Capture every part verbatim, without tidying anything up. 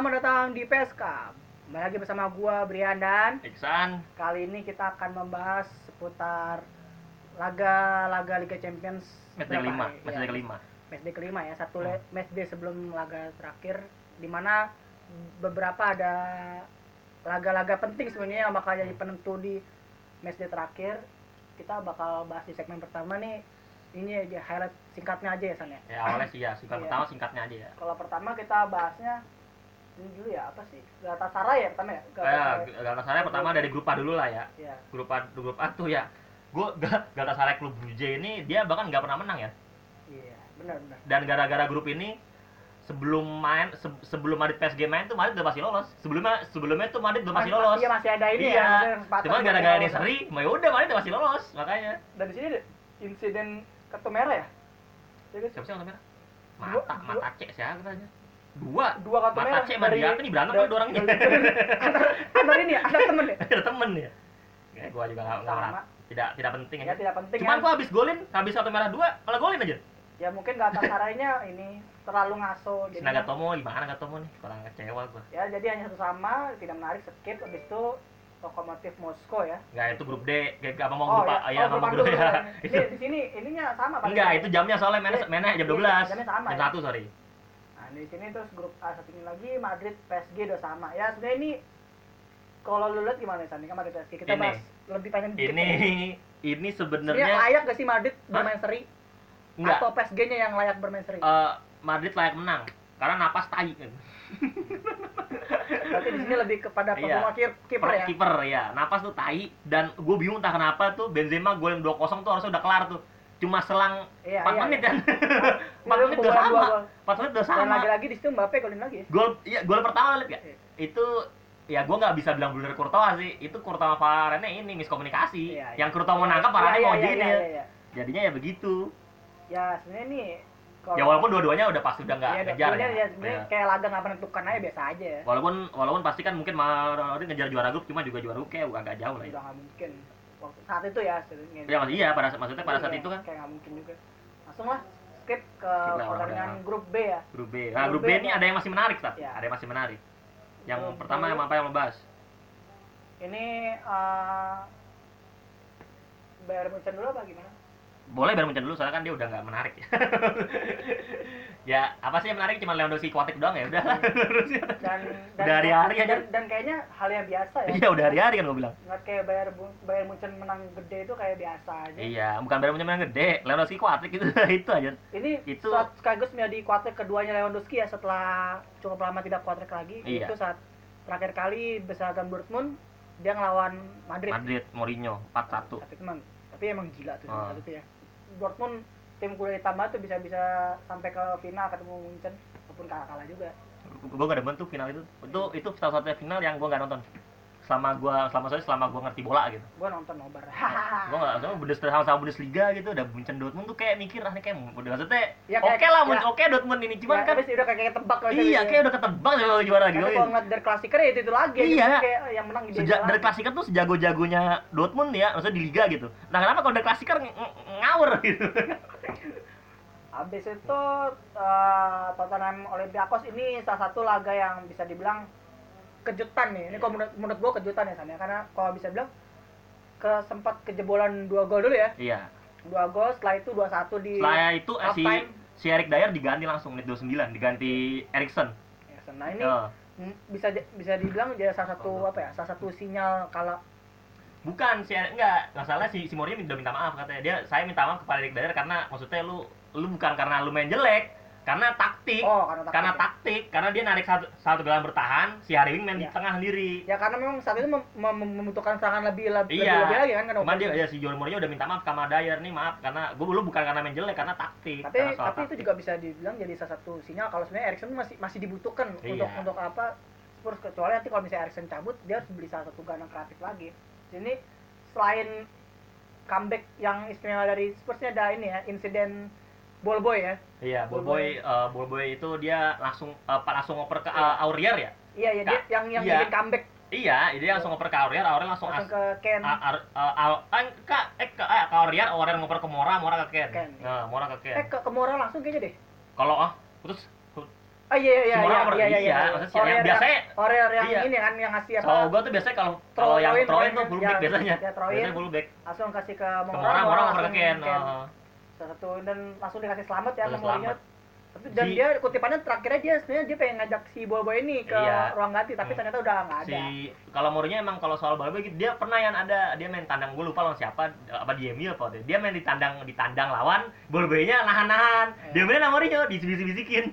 Selamat datang di P S K. Kembali lagi bersama gua Brian dan Iksan. Kali ini kita akan membahas seputar laga-laga Liga Champions Match day kelima, ya? match day kelima. Match day kelima ya, satu Hmm. le- match day sebelum laga terakhir, di mana beberapa ada laga-laga penting sebenarnya yang bakal jadi penentu di match day terakhir. Kita bakal bahas di segmen pertama nih. Ini aja highlight singkatnya aja ya San ya. Ya awalnya sih ya, singkat Iya. pertama singkatnya aja ya. Kalau pertama kita bahasnya ini dulu ya, apa sih? Galatasaray ya pertama ya? Kayak Galatasaray pertama dari grup A dulu lah ya. Iya. Grup A, grup A tuh ya. Gue Galatasaray klub Brugge ini dia bahkan nggak pernah menang ya. Iya, benar benar. Dan gara-gara grup ini sebelum main se- sebelum Madrid P S G main tuh Madrid udah pasti lolos. Sebelumnya sebelumnya tuh Madrid udah pasti lolos. Iya, masih ada ini iya. ya. maksudnya kesempatan Cuman buat gara-gara lolos. ini seri, ya udah Madrid udah pasti lolos makanya. Dan di sini ada insiden kartu merah ya? Ya guys, Siapa sih yang kartu merah? Dua- Mata, dua- mata cek siapa katanya. Dua. dua kartu Mata merah cek sama dia apa nih berantem kali dua orangnya. antar, antar ini ya, antar temen ya. Ada temen ya. Kayak gua juga enggak Sama. enggak tidak tidak penting Ya aja. tidak penting Cuman ya. gua habis golin, habis satu merah dua, malah golin aja. Ya mungkin Galatasaraynya ini terlalu ngaso Si jadi. Nagatomo gimana Nagatomo nih? Kurang kecewa gua. Ya jadi hanya satu sama, tidak menarik, skip. Habis itu Lokomotif Moskow ya. Enggak, itu grup D. Kayak apa mau Oh, grup ya. A ya, Oh, ngomong grup grup A dulu, ya. Ini Itu di sini ininya sama Pak. enggak, itu jamnya soalnya mainnya Iya, mainnya jam iya, dua belas. jamnya sama, Jam ya. satu, sorry. Nah, di sini terus grup A satu ini lagi Madrid P S G udah sama. Ya, sebenarnya ini kalau lu lihat gimana San? Ini kan Madrid P S G. Kita Ini. bahas lebih panjang dikit. Ini ya. ini Sebenarnya sebenarnya layak gak sih Madrid bermain seri? enggak. Atau P S G-nya yang layak bermain seri? Eh, Madrid layak menang karena napas tai kan. Berarti di sini lebih kepada Iya. performa kiper kiper ya. Kiper ya, napas tuh tai dan gue bingung entah kenapa tuh Benzema golin dua kosong tuh harusnya udah kelar tuh. Cuma selang Iya, empat iya, menit iya. kan. empat Itu menit udah kebobolan dua sama. gol. empat menit udah Dan sama. lagi-lagi di situ Mbappe golin lagi. Gol iya gol pertama lihat gak? Iya. Itu ya gue nggak bisa bilang blunder Courtois sih. Itu Courtois Varane ini miskomunikasi. Iya, iya. Yang Courtois mau nangkap Iya, Varane iya, mau iya, gini. iya, iya, iya. Jadinya ya begitu. Ya, sebenarnya nih kalau Ya walaupun dua-duanya udah pasti udah nggak Iya, ngejar dua-duanya ya. ya sebenarnya Iya. kayak laga nggak menentukan aja biasa aja ya. Walaupun walaupun pasti kan mungkin Madrid ngejar juara grup cuma juga juara grup kayak agak jauh lah ya. Udah nggak mungkin waktu saat itu ya sebenarnya. Ya masih iya pada maksudnya pada saat Iya, itu kan kayak nggak mungkin juga. Langsung lah skip ke lah, pertandingan orang-orang. grup B ya. grup B. Nah, grup Grup B B ini emang- ada yang masih menarik, Tat. Ya. Ada yang masih menarik. Yang Grup pertama B. yang apa yang mau bahas? Ini eh Bayern Munchen dulu apa gimana? Boleh Bayern Munchen dulu soalnya kan dia udah nggak menarik ya. Ya, apa sih yang menarik cuma Lewandowski kuatik doang ya udah. Dan dan Udah hari-hari dan, aja. dan kayaknya hal yang biasa ya. Iya, udah hari-hari kan gua bilang. Nggak kayak Bayern Bu- Bayern Munchen menang gede itu kayak biasa aja. Iya, bukan Bayern Munchen yang gede, Lewandowski kuatik gitu itu aja. Ini Itu- saat sekaligus menjadi kuatrik keduanya Lewandowski ya setelah cukup lama tidak kuatrik lagi. Iya. Itu saat terakhir kali berseragam Dortmund dia ngelawan Madrid. Madrid Mourinho empat satu. Tapi emang tapi emang gila tuh Ah. saat itu ya. Dortmund tim kuda ditambah tuh bisa-bisa sampai ke final ketemu Munchen walaupun kalah-kalah juga. Gua gak demen tuh final itu. Itu itu salah satunya final yang gua nggak nonton. Selama gua selama saya selama gua ngerti bola gitu. Gua nonton nobar. Gua nggak sama Bundesliga sama Bundesliga gitu udah Munchen Dortmund tuh kayak mikir ah ini kayak udah maksudnya Ya, oke kayak- lah ya. Munchen oke Dortmund ini cuman Ya, kan habis udah kayak ketebak kalau iya gitu. kayak udah ketebak sama juara Tapi gitu. kalau ngeliat dari klasiker ya itu itu lagi. Iya. Jadi kayak yang menang dia Sejak aja dari lagi. klasiker tuh sejago-jagonya Dortmund ya, maksudnya di liga gitu. Nah, kenapa kalau dari klasiker ng- ng- ngawur gitu. Habis itu eh, Tottenham Olympiakos ini salah satu laga yang bisa dibilang kejutan nih. Ini kalau menurut, menurut gua kejutan ya San ya. Karena kalau bisa bilang ke sempat kejebolan dua gol dulu ya. Iya. Dua gol, setelah itu dua satu di Setelah itu eh, half si time. si Eric Dyer diganti langsung menit dua puluh sembilan, diganti Eriksen. Ya, San. Nah, ini Oh. mm, bisa bisa dibilang jadi salah satu apa ya? Salah satu sinyal kalau Bukan si Eric enggak, masalah si si Mourinho udah minta maaf katanya. Dia saya minta maaf kepada Eric Dyer karena maksudnya lu lu bukan karena lu main jelek, karena taktik. oh karena taktik. Karena ya. taktik, karena dia narik satu satu gelandang bertahan, si Harry Winks main di Iya. tengah sendiri. Ya karena memang saat itu mem- mem- membutuhkan serangan lebih lebih, Iya. lebih lagi kan kan. Cuman dia ya si Jose Mourinho udah minta maaf sama Dyer nih, maaf karena gue lu bukan karena main jelek, karena taktik. tapi karena soal tapi itu taktik. juga bisa dibilang jadi salah satu sinyal kalau sebenarnya Eriksen masih masih dibutuhkan Iya. untuk untuk apa Spurs, kecuali nanti kalau misalnya Eriksen cabut dia harus beli salah satu gelandang kreatif lagi. Jadi selain comeback yang istimewa dari Spursnya ada ini ya insiden ball boy ya. Iya, Ball Bolboy uh, Bolboy itu dia langsung uh, langsung ngoper ke Iya. uh, Aurier ya? Iya ya dia Kak, yang yang iya. bikin comeback Iya, dia langsung ngoper ke Aurier, Aurier langsung, langsung as- ke Ken. a- ar- uh, al- eh, kak eh ke eh, ke Aurier, Aurier ngoper ke Mora, Mora ke Ken. Ken, iya. Nah, Mora ke Ken. Eh ke Kemora langsung kayaknya deh. Kalau ah, terus Oh iya iya Semua iya orang iya iya. iya, maksudnya yang Orier biasanya Orier yang iya. ini kan yang ngasih apa? So gua tuh biasanya kalau kalau yang Throw-in, throw-in tuh throw-in, full ya, back biasanya. ya, throw-in. Biasanya full back. Langsung kasih ke Ke Moran, Moran, Moran oper langsung ke Ken. Ken. Oh. Satu dan langsung dikasih selamat ya Langsung sama Mourinho. selamat. Tapi dan Si- dia kutipannya terakhirnya dia sebenarnya dia pengen ngajak si Boy ini ke Iya. ruang ganti tapi Hmm. ternyata udah nggak ada. Si kalau Mourinho emang kalau soal bola gitu dia pernah yang ada dia main tandang, gue lupa lawan siapa, apa di M U apa dia main di tandang di tandang lawan bola-bolanya nahan-nahan. Iya. Dia main sama Mourinho disibisik-bisikin.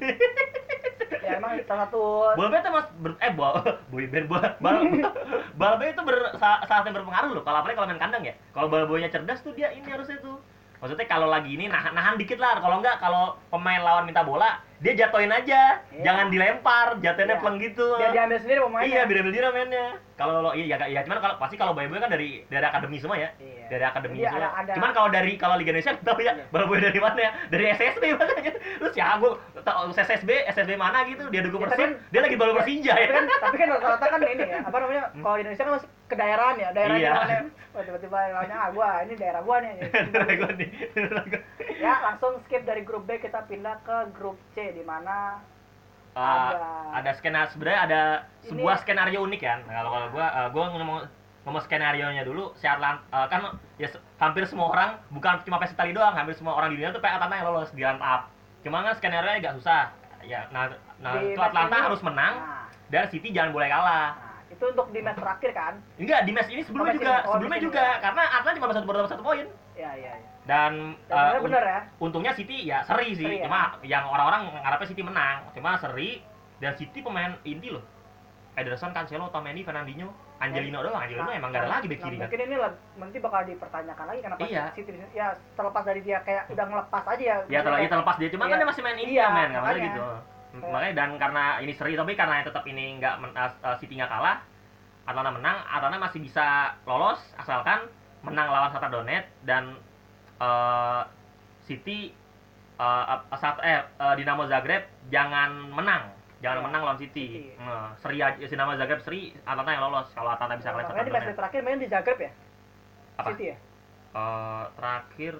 Ya emang salah satu Bola tuh mas ber, eh bola boyband bola bal bola itu ber, sa- salah yang berpengaruh loh. Kalau apalagi kalau main kandang ya. Kalau bola-bolanya cerdas tuh dia ini harusnya tuh. Maksudnya kalau lagi ini nahan, nahan dikit lah. Kalau enggak kalau pemain lawan minta bola, dia jatuhin aja. Iya. Jangan dilempar, jatuhinnya Iya. pleng gitu. biar diambil sendiri pemainnya. Iya, biar ambil dia mainnya. Kalau lo iya ya, ya cuman kalau pasti kalau boy-boy kan dari dari akademi semua ya. Iya. Dari akademi Jadi semua. ada- ada- Cuman kalau dari kalau Liga Indonesia tahu ya, Iya. boy dari mana ya? Dari S S B makanya. Terus ya aku tahu S S B, S S B mana gitu, dia dukung Ya, tapi Persib, kan- dia lagi bawa Persija ya. Tapi kan, tapi kan rata-rata kan ini ya, apa namanya? Kalau di Indonesia kan masih kedaerahan ya, daerahnya Iya. mana? Oh, tiba-tiba lawannya ah gua, ini daerah gua nih. Dari gua nih. Ya, langsung skip dari grup B kita pindah ke grup C di mana Uh, Ada- ada skenario sebenarnya ada Ini- sebuah skenario unik kan. Nah, kalau kalau gua uh, gua ngomong ngomong skenario nya dulu si Atlanta uh, kan ya se- hampir semua orang bukan cuma P S Itali doang, hampir semua orang di dunia tuh pengen Atlanta yang lolos di round up. Cuma kan skenario nya agak susah. Ya, nah nah Di itu match Atlanta ini- harus menang Nah, dan City jangan boleh kalah. nah, itu untuk di match terakhir kan? Enggak, di match ini sebelumnya Oh, match juga, ini. Oh, sebelumnya match ini juga ya. karena Atlanta cuma dapat satu baru dapat satu poin. Iya, iya, iya. Dan Dan uh, bener, bener ya. untungnya City ya seri sih, Seri ya. cuma yang orang-orang ngarepnya City menang, cuma seri dan City pemain inti loh. Ederson, Cancelo, Otamendi, Fernandinho, Angelino doang. Angelino emang gak ada lagi bek kiri nah, kan. mungkin ini lah, nanti bakal dipertanyakan lagi kenapa Iya. City di sini. Ya, terlepas dari dia kayak udah ngelepas aja ya. Ya terlalu Kayak- terlepas dia, cuma Iya. kan dia masih main ini Iya, ya main, nggak makanya. gitu. Makanya dan karena ini seri, tapi karena tetap ini nggak men- uh, City nggak kalah, Atlanta menang, Atlanta masih bisa lolos asalkan menang lawan Shakhtar Donetsk dan uh, City uh, uh, Shakhtar- eh uh, Dinamo Zagreb jangan menang. Jangan Iya. menang lawan City. City. Nah, seri aja Dinamo Zagreb seri, Atlanta yang lolos. Kalau Atlanta bisa kalah Makanya Shakhtar di match Donetsk. terakhir main di Zagreb ya? Apa? City ya? Eh, terakhir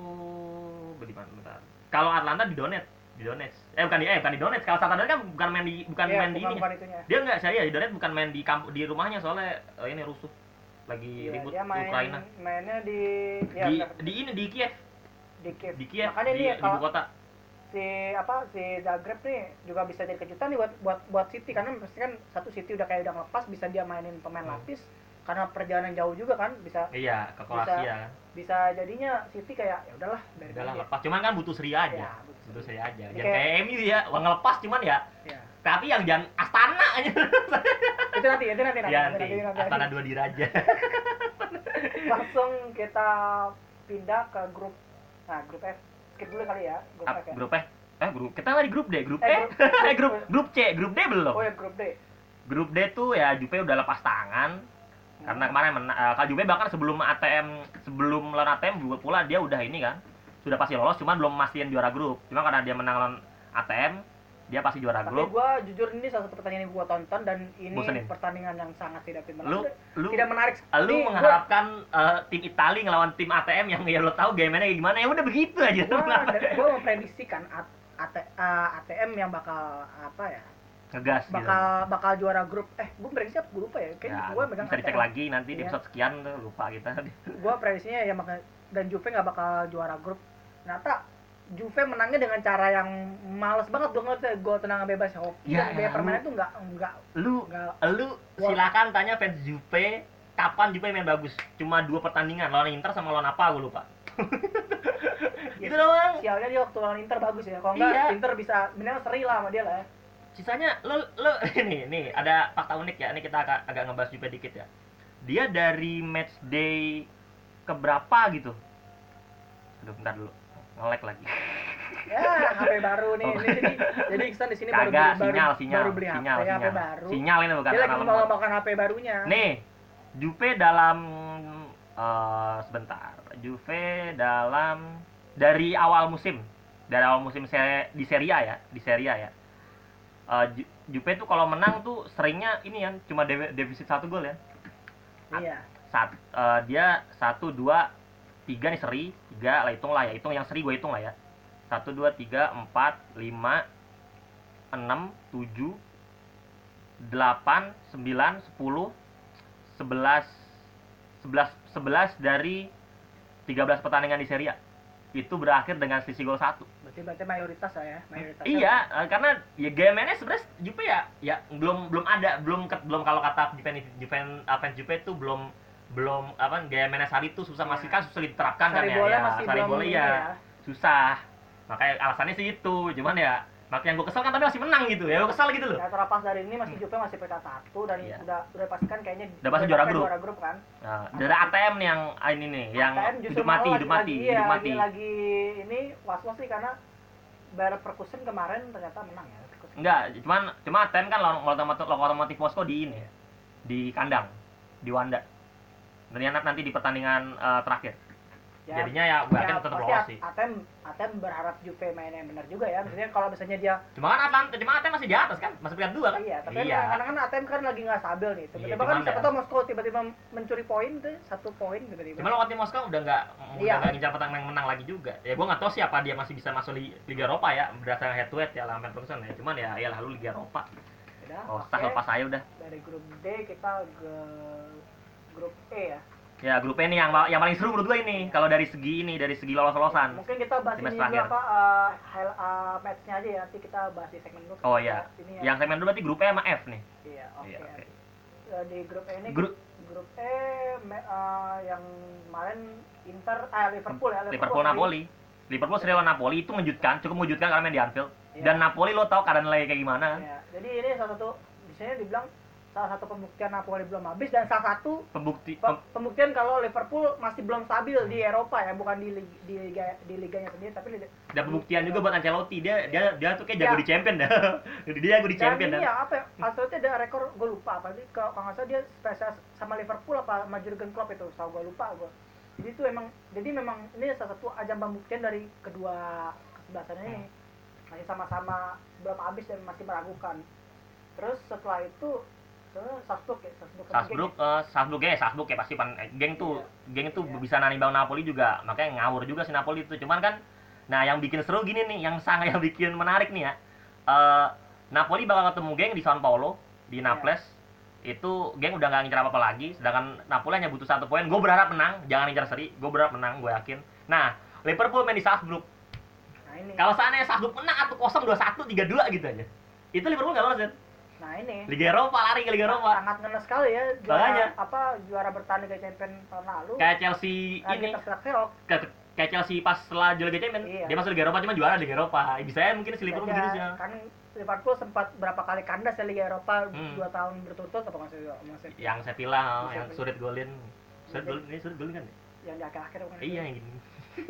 tuh di mana bentar. Kalau Atlanta di Donetsk, di Donetsk. Eh bukan di eh bukan di Donetsk. Kalau Shakhtar Donetsk kan bukan main di bukan Iya, main di bukan, ini. bukan itunya. Dia enggak saya di Donetsk bukan main di kamp di rumahnya soalnya eh, ini rusuh. Lagi Iya, ribut dia di main, Ukraina. mainnya di ya, Di benar, di ini di Kiev, di Kiev. di Kiev Makanya di, nih di ibu kalau kota. si apa si Zagreb nih juga bisa jadi kejutan nih buat buat buat City karena pasti kan satu City udah kayak udah ngelepas bisa dia mainin pemain Hmm. lapis karena perjalanan jauh juga kan bisa Iya, ke Kroasia kan. bisa jadinya City kayak ya udahlah dari Udahlah aja. lepas. Cuman kan butuh seri aja. Iya, butuh butuh seri. seri aja. Jadi Jangan kayak- kayak M U ya, uang ngelepas cuman ya. Ya. Tapi yang jangan Astana aja. Itu nanti itu nanti nanti, Ya, nanti, nanti. nanti, nanti. Astana dua diraja. Langsung kita pindah ke grup nah grup F skip dulu kali ya grup Ap- F ya. grup eh eh grup kita lagi grup D, grup Eh, E. grup- Eh grup grup C, grup D belum. Oh ya grup D. Grup D tuh ya Juve udah lepas tangan karena kemarin men- uh, kalau Juve bahkan sebelum A T M sebelum lawan A T M juga pula dia udah ini kan sudah pasti lolos cuman belum mastiin juara grup cuma karena dia menang lawan A T M dia pasti juara Tapi grup. gua jujur ini salah satu pertandingan yang gua tonton dan ini Bosenin. pertandingan yang sangat tidak tim Lu lu tidak menarik. lu Nih, mengharapkan uh, tim Itali ngelawan tim A T M yang ya lo tahu gamenya kayak gimana ya udah begitu aja. gua, gua, gua memprediksikan A- AT, uh, A T M yang bakal apa ya? Ngegas gitu. Bakal bakal juara grup. Eh, gua prediksi apa? Gua lupa ya. Ya, Kayaknya gua megang bisa dicek A T M. lagi nanti di Iya. episode sekian tuh lupa kita. Gua prediksinya ya maka dan Juve nggak bakal juara grup. Ternyata Juve menangnya dengan cara yang males banget dong, gol tendangan bebas hoki Ya, dan gaya lu- permainan tuh nggak nggak Lu nggak lu silakan tanya fans Juve kapan Juve main bagus. Cuma dua pertandingan lawan Inter sama lawan apa gue lupa. Gitu doang. sialnya dia waktu lawan Inter bagus ya. Kalau nggak Iya. Inter bisa minimal seri lah sama dia lah ya. Sisanya lo lo ini nih ada fakta unik ya. Ini kita agak, agak ngebahas Juve dikit ya. Dia dari match day keberapa gitu. Aduh, bentar dulu. Nge-lag lagi. Ya, H P baru nih. Oh. Ini jadi jadi Iksan di sini baru Kagak, baru, sinyal, sinyal, baru beli sinyal, H P, H P sinyal. baru. Sinyal ini bukan Dia lagi alarm. membawa-bawakan H P barunya. Nih, Juve dalam eh, sebentar. Juve dalam dari awal musim, dari awal musim se- di Serie A ya, di Serie A ya. Eh, Ju- Juve tuh kalau menang tuh seringnya ini ya, cuma de- defisit satu gol ya. Iya. Saat eh, dia satu dua tiga nih seri, tiga lah hitung lah ya, hitung yang seri gue hitung lah ya. Satu dua tiga empat lima enam, tujuh, delapan, sembilan, sepuluh, sebelas, sebelas, sebelas dari tiga belas pertandingan di Serie A itu berakhir dengan selisih gol satu. Berarti berarti mayoritas lah ya, mayoritas. Iya, uh, karena ya G M N-nya sebenarnya Juve ya ya belum belum ada, belum belum kalau kata Juve Juve apa Juve itu belum belum apa G M N Sari itu susah, masih kan susah diterapkan kan ya. Ya, Sari boleh ya, ya susah. Makanya alasannya sih itu. Cuman ya makanya yang gue kesel kan tapi masih menang gitu ya, gue kesel gitu loh. Ya terlepas dari ini masih Juve masih peringkat satu dan iya. udah udah pastikan kayaknya udah pasti juara grup. Juara grup kan. Nah, dari A T M nih yang ini nih, yang hidup mati, hidup mati, lagi, hidup ya, mati. Lagi, lagi ini was-was sih karena Bayer Leverkusen kemarin ternyata menang ya. Enggak, cuman cuma A T M kan Lokomotif Moskow di ini ya. Di kandang, di Wanda. Ternyata nanti di pertandingan uh, terakhir. Ya, jadinya ya gue yakin ya, tetap lolos sih. A T M A T M berharap Juve mainnya yang benar juga ya. Maksudnya kalau misalnya dia cuma kan Atlanta, cuma A T M masih di atas kan, masih peringkat dua kan? Iya, tapi iya. Kan, kadang-kadang A T M kan lagi nggak stabil nih. Tiba-tiba iya, kan siapa tahu Moskow tiba-tiba mencuri poin tuh satu poin tiba-tiba. Cuma Lokomotif Moskow udah nggak iya. udah nggak ngincar pertandingan menang lagi juga. Ya gue nggak tahu siapa dia masih bisa masuk Liga Eropa ya berdasarkan head to head ya lawan Leverkusen ya. Cuman ya ya lalu Liga Eropa. Udah, oh, okay. Lepas aja udah. Dari grup D kita ke grup E ya. Ya, grup ini yang yang paling seru menurut gue ini. Kalau dari segi ini, dari segi lolos-lolosan. Mungkin kita bahas ini dulu apa uh, high, uh, match-nya aja ya. Nanti kita bahas di segmen dulu. Oh iya. Ini ya. Yang segmen dulu berarti grup E sama F nih. Iya, oke. Okay. Iya, okay. uh, di grup E ini grup grup E uh, yang kemarin Inter eh Liverpool ya, Liverpool, Liverpool Napoli. Liverpool seri lawan Napoli itu mengejutkan, cukup mengejutkan karena main di Anfield. Iya. Dan Napoli lo tau keadaan lagi kayak gimana. Iya. Jadi ini salah satu biasanya dibilang salah satu pembuktian Napoli belum habis dan salah satu pembukti pem, pembuktian kalau Liverpool masih belum stabil hmm. di Eropa ya, bukan di di liga di liganya sendiri tapi di, dan pembuktian di, juga buat Ancelotti, dia dia dia tuh kayak jago ya. Di champion dah. Jadi dia jago di champion dan iya apa ya, Ancelotti ada rekor gue lupa apa sih kalau nggak salah dia spesial sama Liverpool apa sama Jurgen Klopp itu, tahu gue lupa gue. Jadi itu emang jadi memang ini salah satu ajang pembuktian dari kedua kesebelasannya ini. Hmm. Masih sama-sama belum habis dan masih meragukan. Terus setelah itu Salzburg ya, Salzburg. Salzburg, uh, Salzburg ya, Salzburg ya pasti pan geng tuh, iya. geng tuh iya. bisa nanimbang Napoli juga, makanya ngawur juga si Napoli itu. Cuman kan, nah yang bikin seru gini nih, yang sangat yang bikin menarik nih ya, uh, Napoli bakal ketemu geng di Sao Paulo, di Naples, iya. itu geng udah nggak ngincar apa-apa lagi, sedangkan Napoli hanya butuh satu poin. Gue berharap menang, jangan ngincar seri, gue berharap menang, gue yakin. Nah, Liverpool main di Salzburg. Nah, kalau seandainya Salzburg menang satu kosong, dua satu, tiga dua gitu aja, itu Liverpool nggak lolos kan? Nah ini Liga Eropa, lari ke Liga Eropa. Sangat ngenes sekali ya juara Makanya. apa juara bertahan Liga Champions tahun lalu. Kayak Chelsea nah, ini. Kayak, kayak Chelsea pas setelah juara Liga Champions, iya. dia masuk Liga Eropa cuma juara Liga Eropa. Bisa ya mungkin si Liverpool ya, begitu sih. Kan Liverpool sempat berapa kali kandas ya Liga Eropa hmm. dua tahun berturut-turut apa maksudnya? Maksudnya yang Sevilla, oh, yang sulit golin. Sulit golin, ini sulit golin kan? Yang di akhir-akhir bukan? Iya yang gini.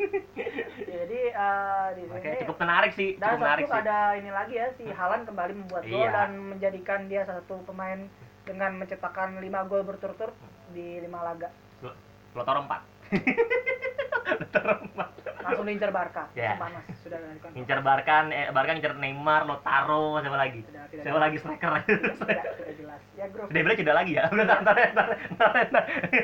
Ya, jadi uh, di Oke, sini cukup menarik sih, dan cukup menarik sih. Ada ini lagi ya si Haaland kembali membuat gol iya. dan menjadikan dia salah satu pemain dengan menciptakan lima gol berturut-turut di lima laga. Lautaro empat. Lautaro empat. Langsung diincar Barca. Yeah. Panas sudah dilakukan. Incar Barca, eh, Barca incar Neymar, Lautaro, siapa lagi? Sudah, siapa lagi striker? Sudah, sudah jelas. Ya grup. Sudah cedera lagi ya. Udah ntar ntar ntar ntar.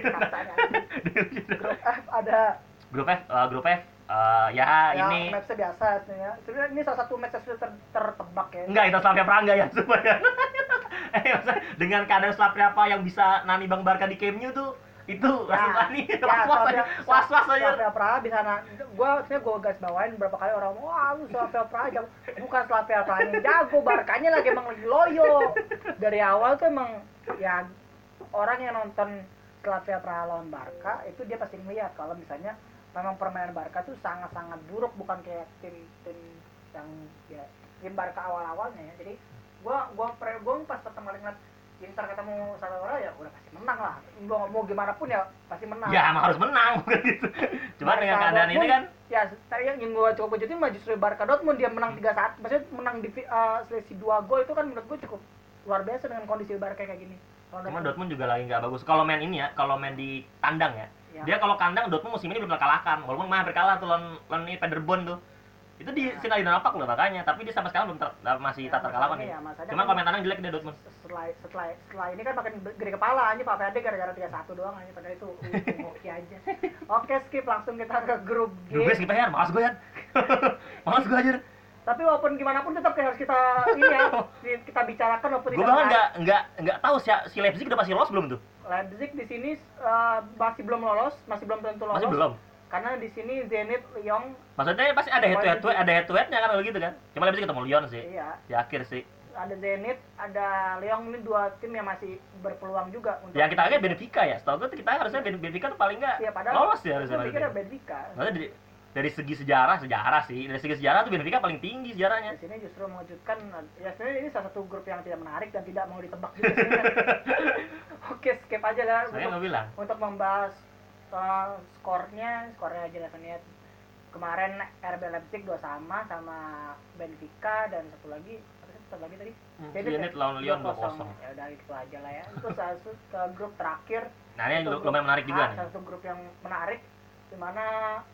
Grup F ada Grup F, uh, grup F, uh, ya, ya ini match biasa sebenarnya. Sebenarnya ini salah satu match yang sudah ter tertebak ya. Enggak, itu Slavia Praga ya supaya. eh, dengan keadaan Slavia Praga yang bisa nani Bang Barca di Camp Nou tuh, itu langsung ya, nani ya, was-was aja. Was-was aja. Slavia Praga bisa gua sebenarnya gua garis bawain berapa kali orang, wah lu Slavia Praga bukan Slavia Praga yang jago, Barkanya lagi emang lagi loyo. Dari awal tuh emang ya orang yang nonton Slavia Praga lawan Barca itu dia pasti ngeliat kalau misalnya memang permainan Barca tuh sangat-sangat buruk, bukan kayak tim-tim yang ya tim Barca awal-awalnya ya. Jadi gua gua pre, gua pas pertama kali ngeliat Inter ketemu Salernitana ya udah pasti menang lah. Gua mau gimana pun ya pasti menang. Ya emang harus menang bukan gitu. Cuma dengan keadaan ini kan ya yang yang gua cukup kejutin mah justru Barca Dortmund dia menang tiga satu. Maksudnya menang di uh, selisih dua gol itu kan menurut gua cukup luar biasa dengan kondisi Barca kayak gini. Cuma Dortmund juga lagi nggak bagus. Kalau main ini ya, kalau main di tandang ya, ya. Dia kalau kandang Dortmund musim ini belum terkalahkan. Walaupun mah hampir kalah tuh lawan lawan ini Paderborn tuh. Itu di ya. Sinali dan Opak loh makanya, tapi dia sampai sekarang belum ter, masih ya, tak terkalahkan ya. ya Cuma kalau main tandang jelek dia Dortmund. Setelah setelah setelah ini kan makin gede kepala aja Pak P A D gara-gara tiga satu doang aja, padahal itu oke aja. Oke, skip langsung kita ke grup G. Grup G skip aja, malas gue ya. Malas gue aja. Tapi walaupun gimana pun tetap harus kita ini ya, kita bicarakan walaupun Gue tidak bahkan menarik. nggak nggak nggak tahu si, si Leipzig udah pasti lolos belum tuh? Leipzig di sini uh, masih belum lolos, masih belum tentu lolos. Masih belum. Karena di sini Zenit, Lyon. Maksudnya pasti ada head to head, ada head to headnya kan begitu kan? Cuma Leipzig ketemu Lyon sih. Iya. Di akhir sih. Ada Zenit, ada Lyon, ini dua tim yang masih berpeluang juga untuk. Yang kita lihat Benfica ya. Setahu gue kita harusnya Benfica tuh paling nggak ya, lolos ya harusnya. Benfica ada Benfica. Maksudnya dari, dari segi sejarah, sejarah sih. Dari segi sejarah tuh Benfica paling tinggi sejarahnya. Di sini justru mengejutkan. Ya sebenarnya ini salah satu grup yang tidak menarik dan tidak mau ditebak juga sebenarnya. Oke, skip aja lah. Saya nggak bilang. Untuk membahas uh, skornya, skornya aja lah lihat. Kemarin R B Leipzig dua sama sama Benfica dan satu lagi apa sih satu lagi tadi? Hmm, Zenit lawan Lyon dua kosong. Ya udah gitu aja lah ya. Terus masuk ke grup terakhir. Nah, ini lumayan menarik juga nih. Satu grup yang menarik di mana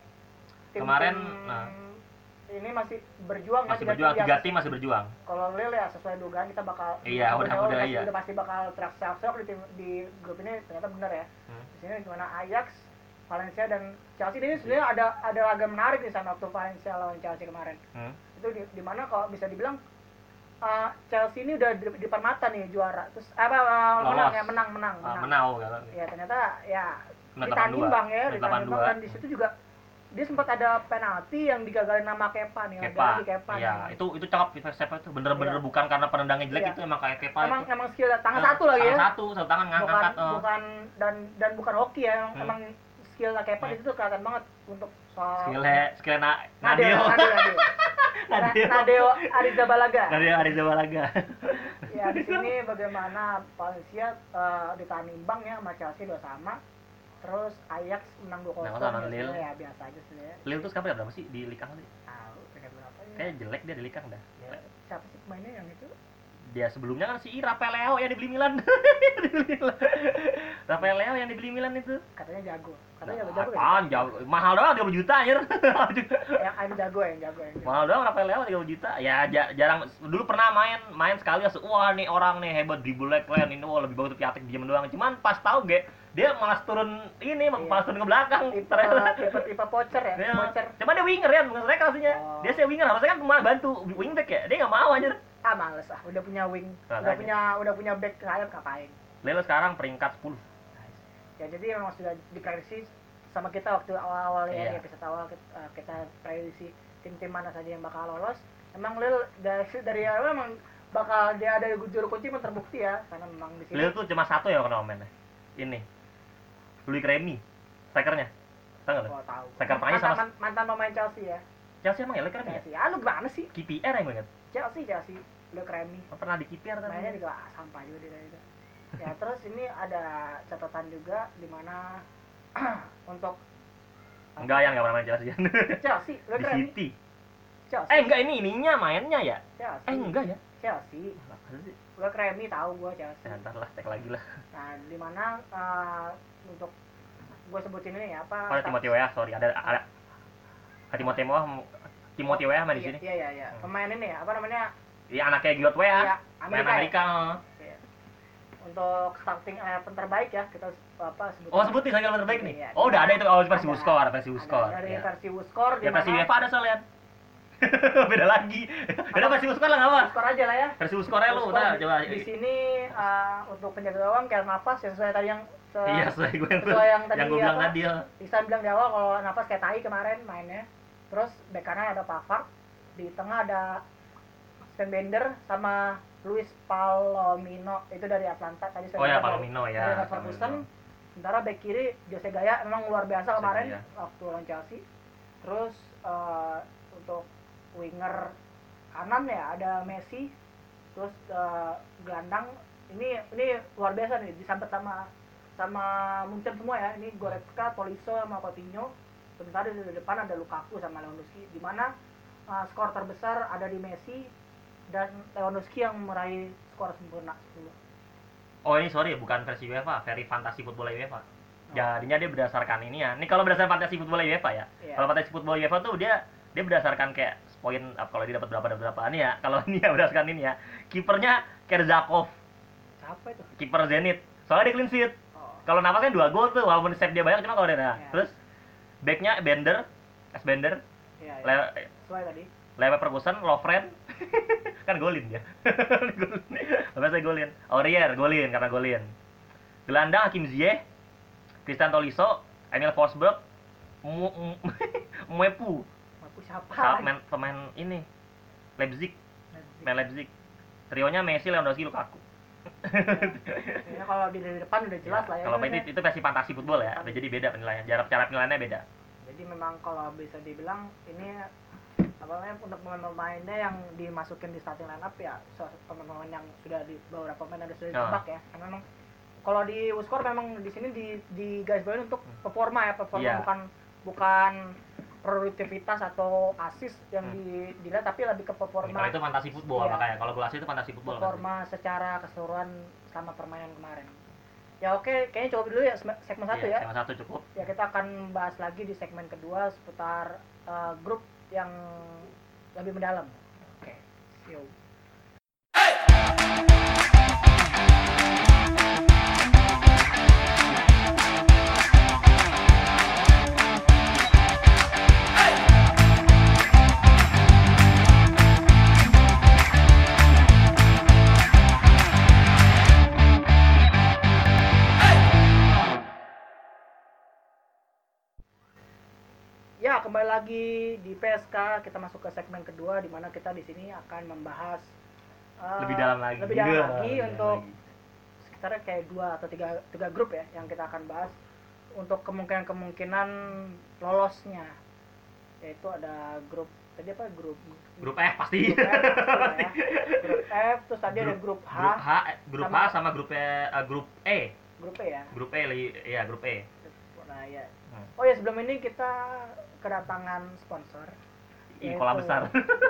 tim kemarin tim nah, ini masih berjuang masih ya, berjuang tiga tiga tim masih berjuang. Kalau Lille ya sesuai dugaan kita bakal iya udah udah, udah pasti, iya udah pasti bakal teriak-teriak di tim di grup ini ternyata benar ya. Hmm. Di sini gimana Ajax, Valencia dan Chelsea ini sebenarnya ada ada laga menarik di sana waktu Valencia lawan Chelsea kemarin. Hmm. Itu di, di mana kalau bisa dibilang uh, Chelsea ini udah di, di permata nih juara. Terus apa uh, menang ya menang menang menang. Uh, menang kalau. Ya ternyata ya ditanding bang ya, ditanding bang dan di situ juga dia sempat ada penalti yang digagalin nama Kepa nih, Kepa. Di Kepa. Iya, nih. itu itu cakep Sepa itu bener-bener iya. Bukan karena penendangnya jelek iya. Itu emang kayak Kepa emang, itu. Emang skill tangan nah, satu lagi tangan ya. satu, satu tangan ngangkat. Bukan, uh. bukan dan dan bukan hoki ya, emang, hmm. emang skill Kepa hmm. di situ kelihatan banget untuk soal skillnya skill na Nadeo. Nadeo, Nadeo. Nadeo Arizabalaga. Nadeo Arizabalaga. Ya di sini bagaimana Valencia uh, ditanding ya sama Chelsea dua sama. Terus Ajax menang dua kosong nah, ya, ya biasa aja sih ya. Lille tuh sekarang berapa sih di Liga sih? Tahu, berapa ya? Kayak jelek dia di Liga dah. Ya, siapa sih pemainnya yang itu? Dia sebelumnya kan si Rafael Leao yang dibeli Milan. dibeli Milan. Rafael Leao yang dibeli Milan itu. Katanya jago. Katanya nah, jago. Apaan ya? jago? Mahal doang tiga puluh juta anjir. yang ada jago yang jago yang jago. Mahal doang Rafael Leao tiga puluh juta. Ya jarang dulu pernah main, main sekali langsung wah nih orang nih hebat dribble keren ini wah lebih bagus Piatek diam doang. Cuman pas tahu ge dia malah turun ini iya. malah turun ke belakang. Tipe-tipe pocher ya, ya. pocher. Cuman dia winger ya, bukan striker aslinya. Oh. Dia sih winger, harusnya kan malah bantu wingback ya. Dia enggak mau anjir. Ah males ah, udah punya wing, nah, udah aja. punya udah punya back sayap ngapain? Lille sekarang peringkat sepuluh. Ya jadi memang sudah diprediksi sama kita waktu awal-awal ya, iya. episode awal kita, kita prediksi tim-tim mana saja yang bakal lolos. Emang Lille dari dari awal memang bakal dia ada juru kunci yang terbukti ya, karena memang di sini. Lille tuh cuma satu ya kalau mainnya. Ini. Louis Remy, strikernya. Tahu enggak? Oh, tahu. Striker tengahnya sama mantan, mantan pemain Chelsea ya. Chelsea emang ya Louis Remy ya? Ah, lu gimana sih? K P R yang banget. Chelsea, Chelsea. Louis Remy. Oh, pernah di K P R tapi mainnya juga sampah juga dia itu. Ya, terus ini ada catatan juga di mana untuk enggak yang enggak pernah main Chelsea. Chelsea, Louis Remy. City. Chelsea. Eh, enggak ini ininya mainnya ya? Chelsea. Eh, enggak ya? Chelsea. Gue Remy tahu gue Chelsea. Ya, ntar lah, cek lagi lah. Nah, di mana uh, untuk gue sebutin ini ya apa? Oh, ada Timothy Weah, sorry, ada ada Timothy Weah, Timothy Weah main di sini. Iya, iya, iya. Pemain ini ya, apa namanya? Iya, anaknya Giot Weah. Iya, Amerika. Main Amerika. Ya. Untuk starting eleven terbaik ya, kita apa sebutin. Oh, sebutin starting eleven terbaik nih. Ya, oh, udah ada itu oh, versi Wuskor, versi Wuskor. Dari ya. versi Wuskor di ya, versi UEFA ada soalnya. Beda lagi. Beda versi Wuskor lah enggak apa? Wuskor aja lah ya. Versi Wuskornya lu, udah coba. Di sini uh, untuk penjaga gawang kayak Nafas ya sesuai tadi yang Se iya, sesuai gue yang, sesuai yang tadi yang gue bilang tadi ya. Iksan bilang di awal kalau Nafas kayak tai kemarin mainnya. Terus bek kanan ada Pavard, di tengah ada Sven Bender sama Luis Palomino itu dari Atlanta tadi. Oh ya Palomino ya. Dari Leverkusen. Sementara bek kiri Jose Gaya memang luar biasa kemarin waktu lawan Chelsea. Terus uh, untuk winger kanan ya ada Messi. Terus uh, gelandang ini ini luar biasa nih disambet sama sama Munchen semua ya. Ini Goretzka, Tolisso sama Coutinho. Sementara di depan ada Lukaku sama Lewandowski, di mana uh, skor terbesar ada di Messi dan Lewandowski yang meraih skor sempurna sepuluh. Oh ini sorry bukan versi UEFA, versi Fantasy Football UEFA. Oh. Jadinya dia berdasarkan ini ya. Ini kalau berdasarkan Fantasy Football UEFA ya. Yeah. Kalau Fantasy Football UEFA tuh dia dia berdasarkan kayak poin kalau dia dapat berapa dan berapa ini ya. Kalau ini ya berdasarkan ini ya. Kipernya Kerzakov. Siapa itu? Kiper Zenit. Soalnya dia clean sheet. Oh. Kalau Nafasnya dua gol tuh walaupun save dia banyak cuma kalau dia nah. Yeah. Terus backnya Bender, S Bender. Iya. Yeah, yeah. Sesuai tadi. Lever Ferguson, Lovren, kan golin dia. Biasa golin. Aurier golin karena golin. Gelandang Hakim Ziyech, Christian Tolisso, Emil Forsberg, Mwepu. Aku siapa? Pemain pemain ini Leipzig, main Leipzig. Trionya Messi, Lewandowski, Lukaku. Ya, kalau di dari depan udah jelas Ya, lah ya. kalau itu itu versi fantasi football ya, udah jadi beda penilaiannya. Jarak cara penilaiannya beda. Jadi memang kalau bisa dibilang ini apa namanya untuk pemain-pemainnya yang dimasukin di starting line up ya pemain-pemain yang sudah di beberapa pemain ada sudah ditebak ya. Karena memang kalau di Wuskor memang di sini di di guys bawain untuk performa ya, performa Yeah. bukan bukan produktivitas atau asis yang hmm. di, dilihat tapi lebih ke performa. Kalau itu fantasi football Iya. makanya. Kalau gol itu fantasi football. Performa kan. Secara keseluruhan selama permainan kemarin. Ya oke, kayaknya cukup dulu ya segmen satu iya, ya. Segmen satu cukup. Ya kita akan bahas lagi di segmen kedua seputar uh, grup yang lebih mendalam. Oke, see you. Ya, kembali lagi di P S K. Kita masuk ke segmen kedua di mana kita di sini akan membahas uh, lebih dalam lagi. Lebih dalam Gila, lagi lebih untuk dalam lagi. sekitar kayak dua atau tiga tiga grup ya yang kita akan bahas untuk kemungkinan-kemungkinan lolosnya. Yaitu ada grup tadi apa grup Grup F pasti. Grup F, pasti ya. Grup F, terus tadi grup, ada grup H. Grup H, grup sama, H sama grup uh, grup E. Grup E ya. Grup E, ya grup E. Nah, ya. Hmm. Oh ya, sebelum ini kita kedatangan sponsor. Ih, kolam besar.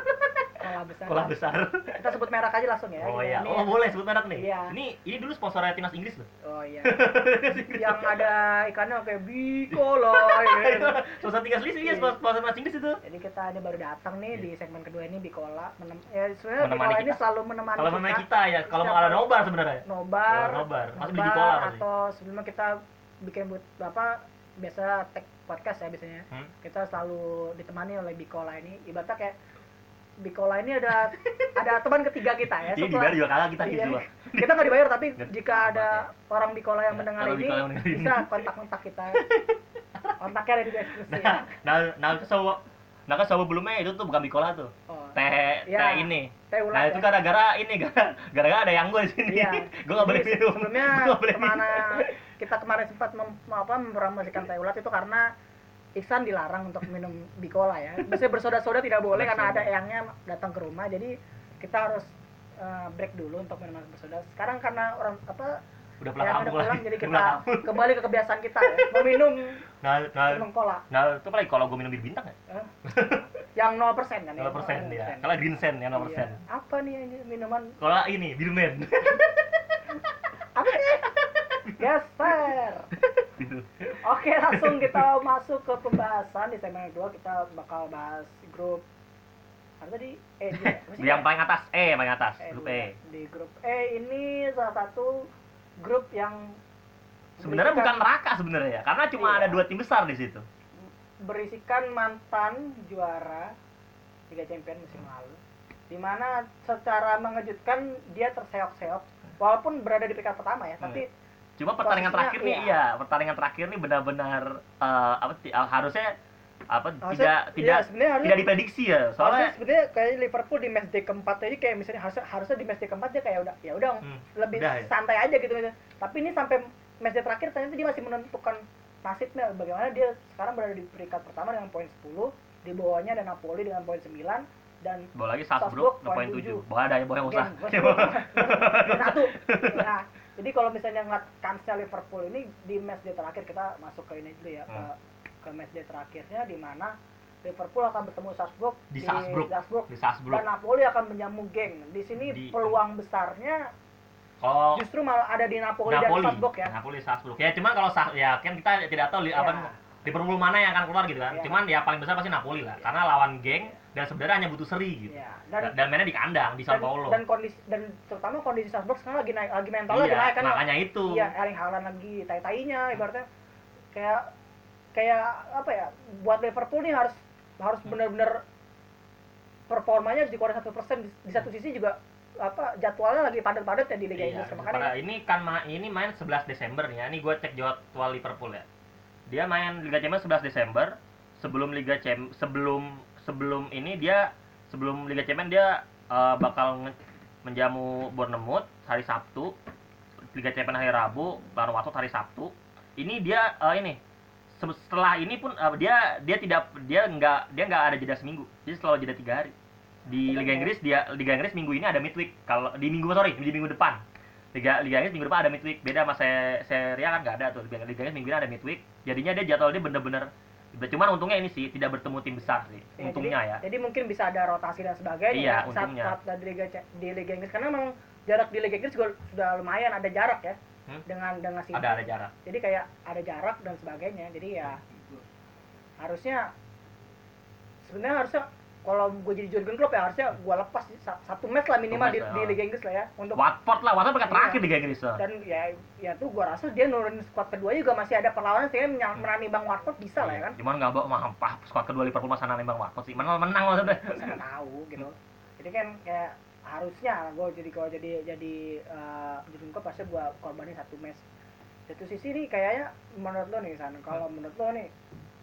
Kolam besar. Kolam besar. Kita sebut merek aja langsung ya. Oh iya. iya. Oh boleh sebut merek nih. Iya. Ini ini dulu sponsornya timnas Inggris loh. Oh iya. Yang ada ikannya kayak Bicola gitu. Sponsor timnas Inggris iya, sponsor timnas Inggris itu. Jadi kita ini baru datang nih Iya. di segmen kedua ini Bicola. Menem- ya sebenarnya Menemani Bicola kita. ini selalu menemani Kalau kita. menemani kita ya, kalau mau ada nobar sebenarnya. Nobar. Oh, nobar. Masih beli nobar, Bicola pasti. atau sebelumnya kita bikin buat Bapak biasa tag podcast ya biasanya. Hmm? Kita selalu ditemani oleh Bicola ini. Ibaratnya kayak Bicola ini ada ada teman ketiga kita ya. Ini Setelah- dibayar juga kagak kita Iya. gitu. Kita nggak dibayar tapi Nggak- jika ada orang Bicola yang Ya, mendengar kalau ini Bicola yang mendengar ini. bisa kontak-kontak kita. Kontaknya ada di deskripsi. ya. Nah, nah, nah, kesawa, nah kesawa belumnya itu tuh bukan Bicola tuh. Oh. Teh, Iya. teh ini. Teh ulat Nah, ya. itu gara-gara ini, gara- gara-gara ada yang gue di sini. Iya. Gue nggak boleh Jadi, minum. Sebelumnya Gua nggak boleh kemana minum. kita kemarin sempat mem, apa mempromosikan teh ulat itu karena Iksan dilarang untuk minum Bicola ya. Biasanya bersoda-soda tidak boleh karena ada eyangnya datang ke rumah. Jadi kita harus uh, break dulu untuk minum bersoda. Sekarang karena orang apa Udah pulang yang kampung udah pulang lagi. jadi Udah kita pulang kampung. kembali ke kebiasaan kita ya. Meminum Nah, nah, minum cola. nah, itu paling kalau gue minum bir bintang ya. Eh, yang nol persen kan ya? nol persen nol ya. Kalau green sen ya nol persen. Iya. Apa nih ini minuman? Kalau ini Birman. Apa sih? Geser. Gitu. Oke, langsung kita masuk ke pembahasan di segmen kedua. Kita bakal bahas grup apa tadi? E juga. Apa sih? Yang paling atas, E paling atas, E grup dua. E. Di grup E ini salah satu grup yang Sebenarnya berisikan- bukan neraka sebenarnya ya, karena cuma Iya. ada dua tim besar di situ. berisikan mantan juara Liga Champions musim lalu, di mana secara mengejutkan dia terseok-seok walaupun berada di peringkat pertama ya, tapi Cuma pertandingan posisinya, terakhir nih, iya. iya, pertandingan terakhir nih benar-benar eh, apa ti- eh, harusnya apa Harusnya- tidak iya, tidak sebenarnya harusnya- tidak diprediksi ya, soalnya soalnya sebenarnya kayak Liverpool di match day keempat aja kayak misalnya harusnya harusnya di match day keempat dia kayak udah ya udah Hmm, lebih udah ya. santai aja gitu gitu. Tapi ini sampai match day terakhir ternyata dia masih menentukan nasibnya bagaimana dia sekarang berada di peringkat pertama dengan poin sepuluh, di bawahnya ada Napoli dengan poin sembilan dan bawa lagi Salzburg, Salzburg poin poin tujuh. tujuh. Bawa ada ya, bawa yang usah. Game satu. Nah, jadi kalau misalnya ngeliat kansnya Liverpool ini di match day terakhir kita masuk ke ini dulu ya, ke Hmm. ke match day terakhirnya di mana Liverpool akan bertemu Salzburg Di Salzburg. Salzburg Di Salzburg. dan Napoli akan menjamu geng. Di sini Di- peluang besarnya Kalau justru malah ada di Napoli, Napoli, dan Salzburg ya. Napoli Salzburg. Ya cuman kalau Sa- ya kan kita tidak tahu li- Ya. apa Liverpool mana yang akan keluar gitu kan. Ya. Cuman ya paling besar pasti Napoli lah, Ya. karena lawan geng dan sebenarnya hanya butuh seri gitu. Ya, Dan, dan dan mainnya di kandang di Sao dan, Paulo. dan kondisi dan terutama kondisi Salzburg sekarang lagi naik lagi mentalnya Iya, lagi naik kan. makanya itu. Iya, Erling Haaland lagi tai-tainya ibaratnya kayak kayak apa ya? Buat Liverpool nih harus harus benar-benar performanya di kurang satu persen. Di satu sisi juga apa jadwalnya lagi padat-padat ya di Liga Iya, Inggris. pada Makanya ini kan ma- ini main sebelas Desember nih ya. Ini gue cek jadwal Liverpool ya. Dia main Liga Champions sebelas Desember. Sebelum Liga Champ sebelum sebelum ini dia sebelum Liga Champions dia uh, bakal nge- menjamu Bournemouth hari Sabtu. Liga Champions hari Rabu, lawan Watford hari Sabtu. Ini dia uh, ini se- setelah ini pun uh, dia dia tidak dia nggak dia nggak ada jeda seminggu. Jadi selalu jeda tiga hari. Di Liga Inggris dia Liga Inggris minggu ini ada midweek. Kalau di minggu sorry di minggu depan Liga Liga Inggris minggu depan ada midweek. Beda sama se- Serie A kan nggak ada tuh. Liga Liga Inggris minggu ini ada midweek. Jadinya dia jadwal dia bener-bener. Cuman untungnya ini sih tidak bertemu tim besar sih. ya, Untungnya jadi, ya. Jadi mungkin bisa ada rotasi dan sebagainya. Iya, ya, untungnya. Saat, saat di Liga di Liga Inggris karena memang jarak di Liga Inggris juga sudah lumayan ada jarak ya. Hmm? Dengan dengan City. Ada ada jarak. Jadi kayak ada jarak dan sebagainya. Jadi ya harusnya sebenarnya harusnya kalau gue jadi Jurgen Klopp ya harusnya gue lepas sa- satu match lah minimal Satu di, match, di ya. Liga Inggris lah ya untuk Watford lah, Watford peringkat Iya. terakhir Liga Inggris. tuh. dan ya ya tuh gue rasa dia nurunin squad kedua juga masih ada perlawanan sehingga menya- menang bang Watford bisa lah ya kan. Cuman nggak bawa mah squad kedua Liverpool masa nang Bang Watford sih. Menang menang maksudnya. Saya tahu gitu. Jadi kan kayak harusnya gue jadi kalau jadi jadi uh, Jurgen Klopp pasti gue korbanin satu match. Satu sisi nih kayaknya menurut lo nih San, kalau menurut lo nih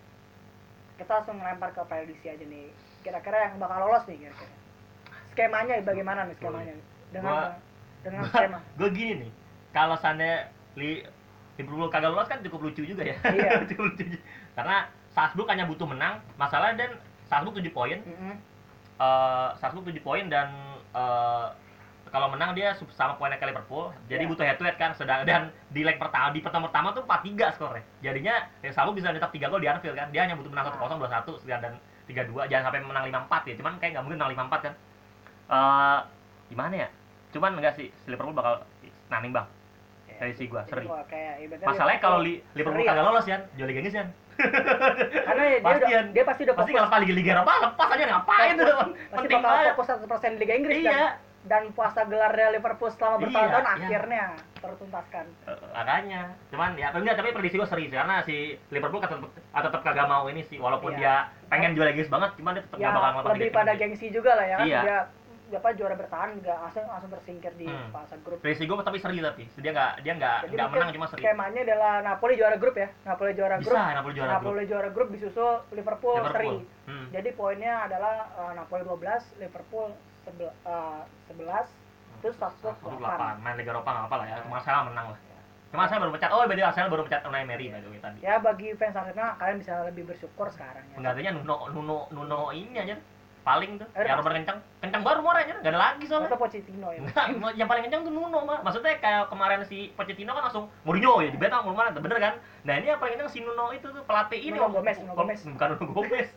kita langsung ngelempar ke prediksi aja nih. Kira-kira yang bakal lolos nih kira-kira. Skemanya bagaimana nih skemanya? nih? Dengan Gua- dengan skema. Gue gini nih, kalau seandainya li, Liverpool kagak lolos kan cukup lucu juga ya. Iya. Cukup lucu. juga. Karena Salzburg hanya butuh menang, masalah dan Salzburg tujuh poin. Mm-mm. Eh Salzburg tujuh poin dan eh, kalau menang dia sub- sama poinnya ke Liverpool. Jadi Iya. butuh head to head kan. Sedang dan di leg pertama di pertemuan pertama tuh empat tiga skornya. Jadinya ya, Salzburg bisa nyetak tiga gol di Anfield kan. Dia hanya butuh menang satu kosong, dua satu dan tiga dua. Jangan sampai menang lima empat ya. Cuman kayak nggak mungkin menang lima empat kan. Eh gimana ya? Cuman enggak sih, si Liverpool bakal nah nih Bang. Ya, Dari si gua, jadi seri. gua kayak ibaratnya Masalahnya kalau li, Liverpool seri ya. kagak lolos ya, jual Liga Inggris kan. Karena ya dia Pastian. udah, dia pasti udah Pasti fokus kalau Liga Liga Eropa lepas aja ngapain tuh. pasti Penting bakal banget. fokus seratus persen di Liga Inggris Iya. dan, dan puasa gelarnya Liverpool selama Iya, bertahun-tahun iya. akhirnya tertuntaskan. Eh, makanya cuman ya enggak tapi prediksi gue seri sih karena si Liverpool tetap tetap kagak mau ini sih walaupun Iya. dia pengen juara Inggris banget cuman dia tetap Ya nggak bakal ngelepas lebih Liga pada Inggris. gengsi juga lah ya kan. Iya. Dia apa juara bertahan nggak langsung langsung tersingkir di Hmm. fase grup. Prediksi gue tapi seri tapi dia nggak dia nggak Jadi nggak mungkin menang cuma seri. skemanya adalah Napoli juara grup ya. Napoli juara Bisa grup. Napoli juara grup. Napoli juara grup disusul Liverpool, seri. Liverpool. Hmm. Jadi poinnya adalah uh, Napoli dua belas, Liverpool sebel, uh, sebelas, terus Salzburg Salzburg delapan. delapan. Main Liga Eropa nggak apa lah ya. Cuma Arsenal menang lah. Cuma Arsenal baru pecat. Oh, berarti Arsenal baru pecat Unai Emery by the way tadi. Ya bagi fans Arsenal kalian bisa lebih bersyukur sekarang ya. Penggantinya Nuno Nuno Nuno ini aja. Paling tuh. Eh, Ya rumor kencang. Kencang baru rumornya enggak ada lagi soalnya. Atau Pochettino ya. Enggak, yang paling kencang tuh Nuno mah. Maksudnya kayak kemarin si Pochettino kan langsung Mourinho ya di beta mau mana bener kan? Nah, ini yang paling kencang si Nuno itu tuh pelatih ini Nuno Om. Gomez, Nuno Om, Gomez. Bukan Nuno Gomez.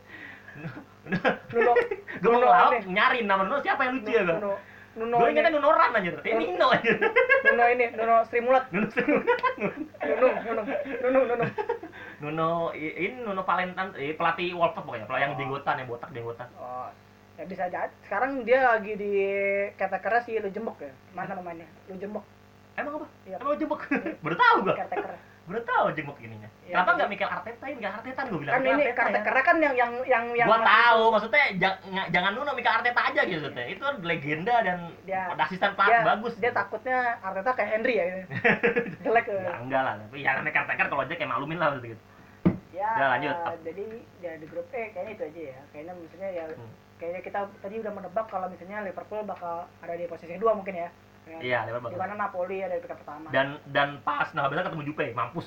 Nuno Gue mau Nuno ngelawak, ini. nyari nama Nuno siapa yang lucu ya gue? Nuno Nuno Gue ini, ingetnya Nuno Ran aja tuh. Ini Nuno aja. Nuno ini, Nuno Sri Mulat. Nuno Nuno, Nuno, Nuno, Nuno. Nuno i- ini Nuno Valentine eh, pelatih Wolves pokoknya, pelatih yang Oh. jenggotan yang botak jenggotan. Oh, ya bisa jadi. Sekarang dia lagi di caretaker si Lujembok ya. Mana namanya? Lujembok. Emang apa? Iya. Emang jembok? Baru tahu gua. Caretaker. Baru tahu jembok ininya. Iya, Kenapa jadi- nggak Mikel Arteta ini? Mikel Arteta nih gua bilang. Kan Mikel ini Arteta ya. caretaker kan yang yang yang yang Gua masih- tahu, maksudnya ja- nga- jangan Nuno Mikel Arteta aja gitu teh. Itu kan legenda dan Dia- asisten dia, pelatih bagus. Dia takutnya Arteta kayak Henry ya gitu. Jelek Ya ya. enggak lah, tapi ya namanya caretaker kalau aja kayak maklumin lah gitu. Ya, Udah, lanjut. jadi ya di grup E kayaknya itu aja ya. Kayaknya misalnya ya Hmm. kayaknya kita tadi udah menebak kalau misalnya Liverpool bakal ada di posisi kedua mungkin ya. Ya. Iya, Liverpool. Di mana Napoli ada di peringkat pertama. Dan dan pas nah besar ketemu Jupe, mampus.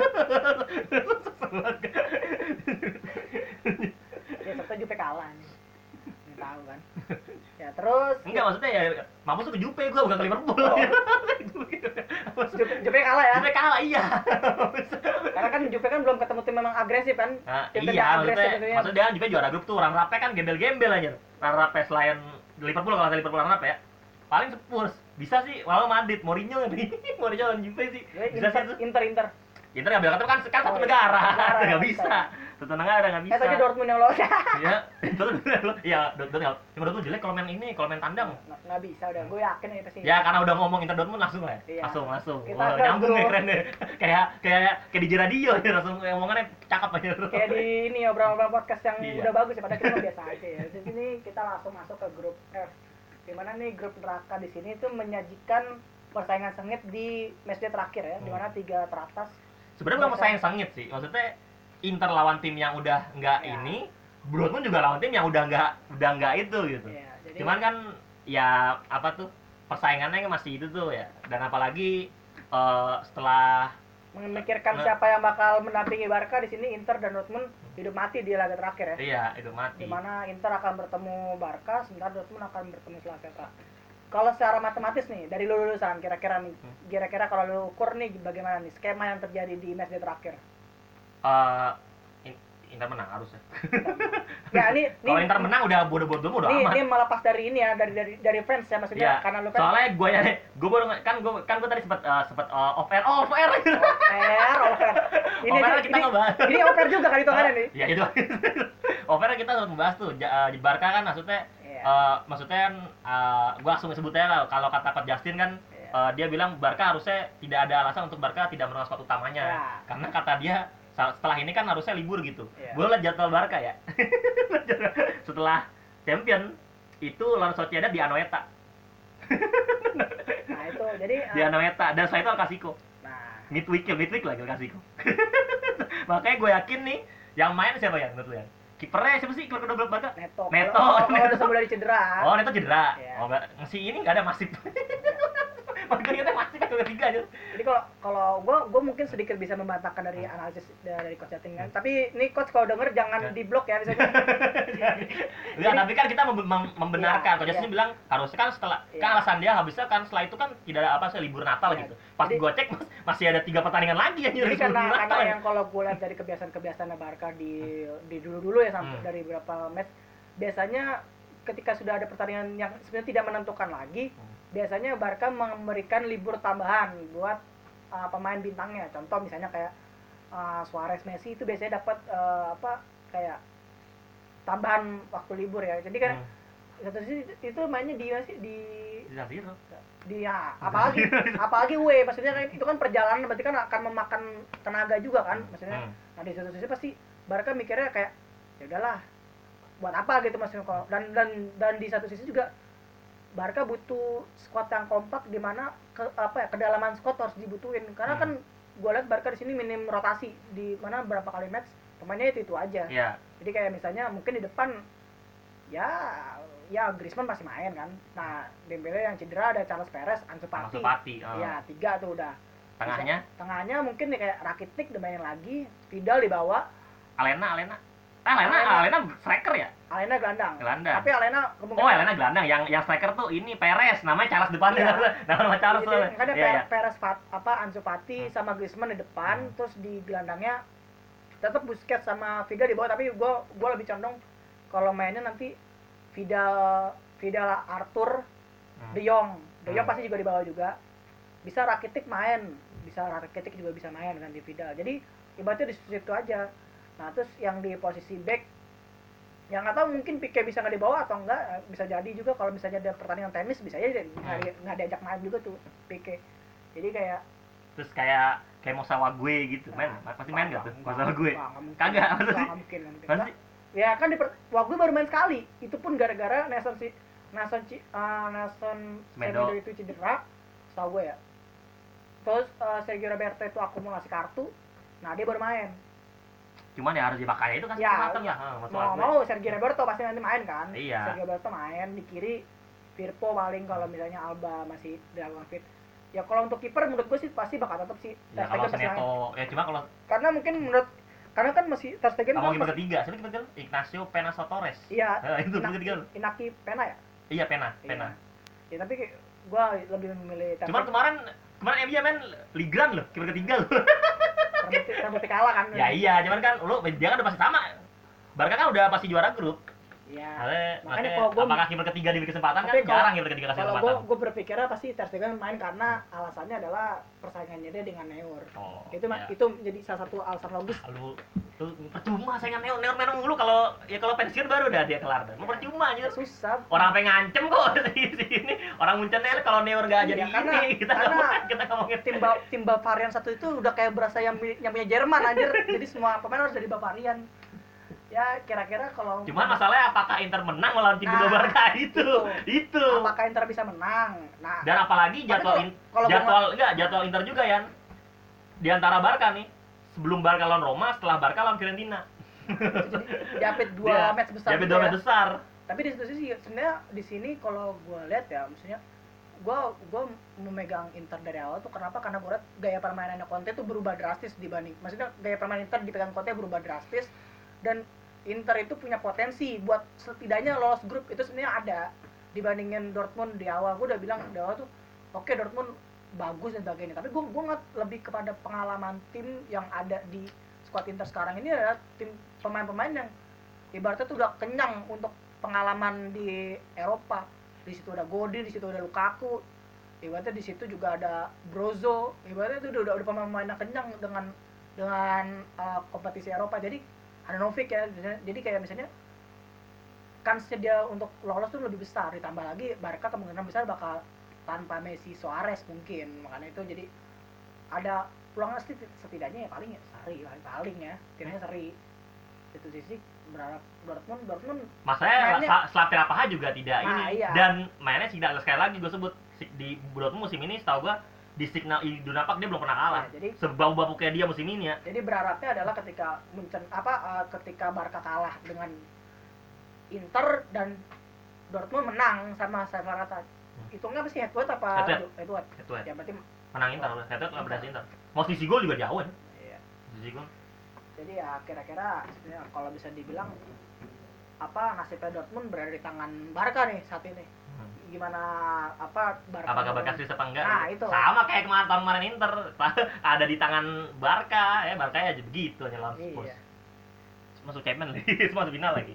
Ya serta Jupe kalah nih. Nggak tahu kan. Ya terus Enggak maksudnya ya mampus tuh ke Jupe gua bukan ke Liverpool. Oh. Jupe, Jupe kalah ya. Jupe kalah iya. Karena kan Jupe kan belum ketemu tim memang agresif kan. Nah, Tim-tim iya, yang agresif maksudnya, gitu ya. maksudnya dia kan juga juara grup tuh, runner-up kan gembel-gembel aja. Runner-up selain Liverpool kalau ada Liverpool runner-up ya. Paling Spurs. Bisa sih, walau Madrid, Mourinho nih. Mourinho dan Juve sih. Ya, Bisa Inter, sih tuh. Inter, Inter. Inter ngambil kartu kan kan satu Oh, iya. negara, Negara, nggak nggak bisa. bisa. Satu negara nggak bisa. Eh tadi Dortmund yang lolos. Iya, itu iya, Dortmund ya. Cuma Dortmund jelek kalau main ini, kalau main tandang. Nggak nggak bisa udah, gue yakin itu sih. Ya karena udah ngomong Inter Dortmund langsung lah. Iya. Ya. Langsung langsung. Kita Wah, kan nyambung bro. ya keren deh. kayak kayak kayak di J Radio ya langsung ngomongannya cakep aja. Kayak di ini obrolan podcast yang Iya. udah bagus ya, padahal kita mah biasa aja ya. Di sini kita langsung masuk ke grup F. Dimana nih grup neraka di sini itu menyajikan persaingan sengit di matchday terakhir ya, Hmm. dimana tiga teratas. Sebenarnya bukan Masa- sayang sengit sih. Maksudnya Inter lawan tim yang udah nggak Ya. ini, Dortmund juga lawan tim yang udah nggak udah nggak itu gitu. Iya, jadi Cuman kan ya apa tuh persaingannya kan masih itu tuh ya. Dan apalagi eh, setelah memikirkan Nah. siapa yang bakal mendampingi Barca di sini Inter dan Dortmund hidup mati di laga terakhir ya. iya itu mati. Dimana Inter akan bertemu Barca, sementara Dortmund akan bertemu Slavia Praha. Kalau secara matematis nih, dari lu lulusan kira-kira nih, Hmm. kira-kira kalau lu ukur nih bagaimana nih skema yang terjadi di matchday terakhir? Eh, In- Inter menang harusnya. Ya ini Kalau nih, Inter menang udah bodoh bodoh udah ini, amat. ini malah pas dari ini ya, dari dari dari fans ya maksudnya Iya. karena lu fans. Soalnya gue ya, gue baru nge- kan gue kan gue tadi sempat eh, sempat eh, off air, oh, off air. Over, over. Ini Over ini, kita ngebahas. ini over juga kan hitungannya nih. Ya itu. Off air kita sempat membahas tuh Ja- eh, Barca kan maksudnya Iya. eh, maksudnya kan eh, gue langsung sebutnya lah kalau kata Coach Justin kan Iya. eh, dia bilang Barca harusnya tidak ada alasan untuk Barca tidak menang squad utamanya. Ya. Karena kata dia sa- setelah ini kan harusnya libur gitu. Iya. Gue liat jadwal Barca ya. Setelah champion itu lawan Sociedad di Anoeta. Nah, itu jadi Di eh, Anoeta dan setelah itu El Clasico. nah, Midweek ya, midweek lagi El Clasico. Makanya gue yakin nih yang main siapa ya menurut lu ya? Kipernya siapa sih kiper kedua Barca? Neto. Neto. Kalau kalau Neto. udah sembuh dari cedera. Oh, Neto cedera. Iya. Oh, enggak. Si ini enggak ada Masip. Makanya kita Masip yang ketiga aja. Jadi kalau kalau gue gue mungkin sedikit bisa membantahkan dari analisis dari coach Yatin kan. Tapi ini coach kalau denger jangan Ya. di blok ya misalnya. Enggak, tapi kan kita mem- mem- membenarkan. Iya, Coach Justin iya. bilang harusnya kan setelah Iya. kan alasan dia habisnya kan setelah itu kan tidak ada apa sih libur Natal Iya. gitu. Pas Jadi- gue cek mas, masih ada tiga pertandingan lagi yang Jadi libur karena Natal karena ya. yang kalau gue lihat dari kebiasaan-kebiasaan Barca di di dulu-dulu ya sampai Hmm. dari beberapa match biasanya ketika sudah ada pertandingan yang sebenarnya tidak menentukan lagi, Hmm. biasanya Barca memberikan libur tambahan buat uh, pemain bintangnya. Contoh misalnya kayak uh, Suarez, Messi itu biasanya dapat uh, apa kayak tambahan waktu libur ya. Jadi kan Hmm. satu sisi itu mainnya di di Di San Siro. di ya, apalagi apalagi W maksudnya kan itu kan perjalanan berarti kan akan memakan tenaga juga kan maksudnya. Hmm. Nah di satu sisi pasti Barca mikirnya kayak ya udahlah buat apa gitu maksudnya kalau dan dan dan di satu sisi juga Barca butuh squad yang kompak di mana ke apa ya kedalaman squad harus dibutuhin karena Hmm. kan gue lihat Barca di sini minim rotasi di mana berapa kali match pemainnya itu itu aja. Iya. Jadi kayak misalnya mungkin di depan ya ya Griezmann pasti main kan. Nah Dembele yang cedera ada Charles Perez, Ansu Fati. Ansu Fati. oh. Ya tiga tuh udah. Tengahnya Bisa- tengahnya mungkin nih kayak Rakitic udah main lagi, Vidal dibawa, Alena, Alena. Ah, Alena, Alena. Alena striker ya? Alena gelandang. Gelandang. Tapi Alena Oh, Alena gelandang. Yang yang striker tuh ini Perez, namanya Charles depannya. Iya. Nama Charles. Jadi, soalnya. kan ada Iya, iya. Perez Fat- apa Ansu Fati Hmm. sama Griezmann di depan, Hmm. terus di gelandangnya tetap Busquets sama Vidal di bawah, tapi gua gua lebih condong kalau mainnya nanti Vidal Vidal Arthur, Hmm. De Jong. De Jong Hmm. pasti juga di bawah juga. Bisa Rakitic main, bisa Rakitic juga bisa main dengan di Vidal. Jadi ibaratnya di situ aja. Nah, terus yang di posisi back yang nggak tahu mungkin Pique bisa nggak dibawa atau enggak, bisa jadi juga kalau misalnya ada pertandingan tenis bisa aja deh, nggak di- nggak diajak main juga tuh Pique. Jadi kayak Terus kayak kayak mau sawa gue gitu. Main, nah, pasti main enggak tuh? nggak- Mau sawa gue. nggak- nggak mungkin. Kagak, Nggak, maksudnya. nggak mungkin, nggak mungkin. Pasti Ya kan di per- Wagwe baru main sekali. Itu pun gara-gara Nelson si Nelson Ci- uh, Nelson Semedo. Semedo itu cedera, setahu gue ya. Terus uh, Sergio Roberto itu akumulasi kartu. Nah, dia baru main. cuman ya harus dipakai itu kan Ya, matang iya. lah. Heeh, masalah Mau gue. mau Sergio Roberto pasti nanti main kan? Iya. Sergio Roberto main di kiri, Firpo paling kalau misalnya Alba masih dalam fit. Ya kalau untuk kiper menurut gue sih pasti bakal tetap sih Ya Ter kalau Stegen pasti main. Seneto, ya cuma kalau Karena mungkin menurut karena kan masih Ter Stegen kamu kan kiper masih- ketiga, siapa kiper ketiga? Ignacio Penaso Torres. Iya. Nah, itu kiper Ina- ketiga. lu. Inaki Pena ya? Iya, Pena, Iya. Pena. Ya tapi kayak gue lebih memilih Ter Cuman Stegen. kemarin kemarin M U main Ligran loh, kiper ketiga loh. terbukti, terbukti kalah kan. Ya iya, cuman kan lu dia kan udah pasti sama. Barca kan udah pasti juara grup. Iya. Makanya, Makanya makanya kalau gua apakah kiper ketiga diberi kesempatan kan tapi kalau- jarang kiper ketiga kasih kalau kesempatan. gue gue berpikirnya pasti Ter Stegen main karena alasannya adalah persaingannya dia dengan Neuer. Oh, itu ma- iya. itu jadi salah satu alasan logis. Lu lu percuma saingan Neo Neo main mulu kalau ya kalau pensiun baru udah dia kelar dah. Mau percuma Ya, aja. susah. Orang pengen ngancem kok di sini. Orang Munchen aja kalau Neuer enggak jadi Iya, karena- ini kita karena ngomong kita ngomongin tim Ba- tim Bavarian satu itu udah kayak berasa yang mi- yang punya Jerman anjir. Jadi semua pemain harus dari Bavarian. Ya kira-kira kalau Cuman masalahnya apakah Inter menang melawan tim Nah, kedua Barca itu? Itu. apakah Inter bisa menang? Nah, Dan apalagi Tapi jadwal kalau- in- kalau gua jadwal enggak jadwal Inter juga ya. Di antara Barca nih. Sebelum Barca lawan Roma, setelah Barca lawan Fiorentina. jadi diapit dua Dia- match besar. diapit gitu dua ya. match besar. Tapi di situ sih sebenarnya di sini kalau gue lihat ya, maksudnya gue gue memegang Inter dari awal tuh kenapa? Karena gue lihat gaya permainannya Conte tuh berubah drastis dibanding, maksudnya gaya permainan Inter dipegang Conte berubah drastis, dan Inter itu punya potensi buat setidaknya lolos grup itu sebenarnya ada dibandingin Dortmund di awal. Gue udah bilang di awal tuh oke okay, Dortmund bagus dan sebagainya, tapi gue gue ngeliat lebih kepada pengalaman tim yang ada di squad Inter sekarang ini adalah tim pemain-pemain yang ibaratnya tuh udah kenyang untuk pengalaman di Eropa. Di situ ada Godin, di situ ada Lukaku, ibaratnya di situ juga ada Brozo, ibaratnya itu udah udah pemain-pemain yang kenyang dengan dengan uh, kompetisi Eropa. Jadi Handanovic ya, jadi kayak misalnya kansnya dia untuk lolos tuh lebih besar, ditambah lagi Barca kemungkinan besar bakal tanpa Messi, Suarez mungkin, makanya itu jadi ada peluang setidaknya ya paling ya seri paling, paling ya setidaknya seri itu sih berharap Dortmund Dortmund Masalahnya mainnya- Slavia Praha juga tidak Nah, ini iya. dan mainnya tidak sekali lagi gue sebut si- di Dortmund musim ini setahu gue di Signal Iduna Park dia belum pernah kalah. Ya, jadi Sebau-bau kayak dia musim ini ya. jadi berharapnya adalah ketika Munchen apa uh, ketika Barca kalah dengan Inter dan Dortmund menang sama Sevarata. Hitungnya apa sih, head to head apa Head to head. head to head? Head to head. Ya berarti Menang Inter udah. Head to head berhasil Inter. Mau sisi gol juga jauh ya. iya. Sisi gol. Jadi ya kira-kira sebenarnya kalau bisa dibilang apa nasibnya Dortmund berada di tangan Barca nih saat ini. Hmm. Gimana apa Barca? Apakah Barca serius apa enggak? Nah, itu. Sama kayak kemarin tahun kemarin Inter ada di tangan Barca ya, Barca ya begitu hanya lawan Spurs. Iya. Masuk Champions League, masuk final lagi.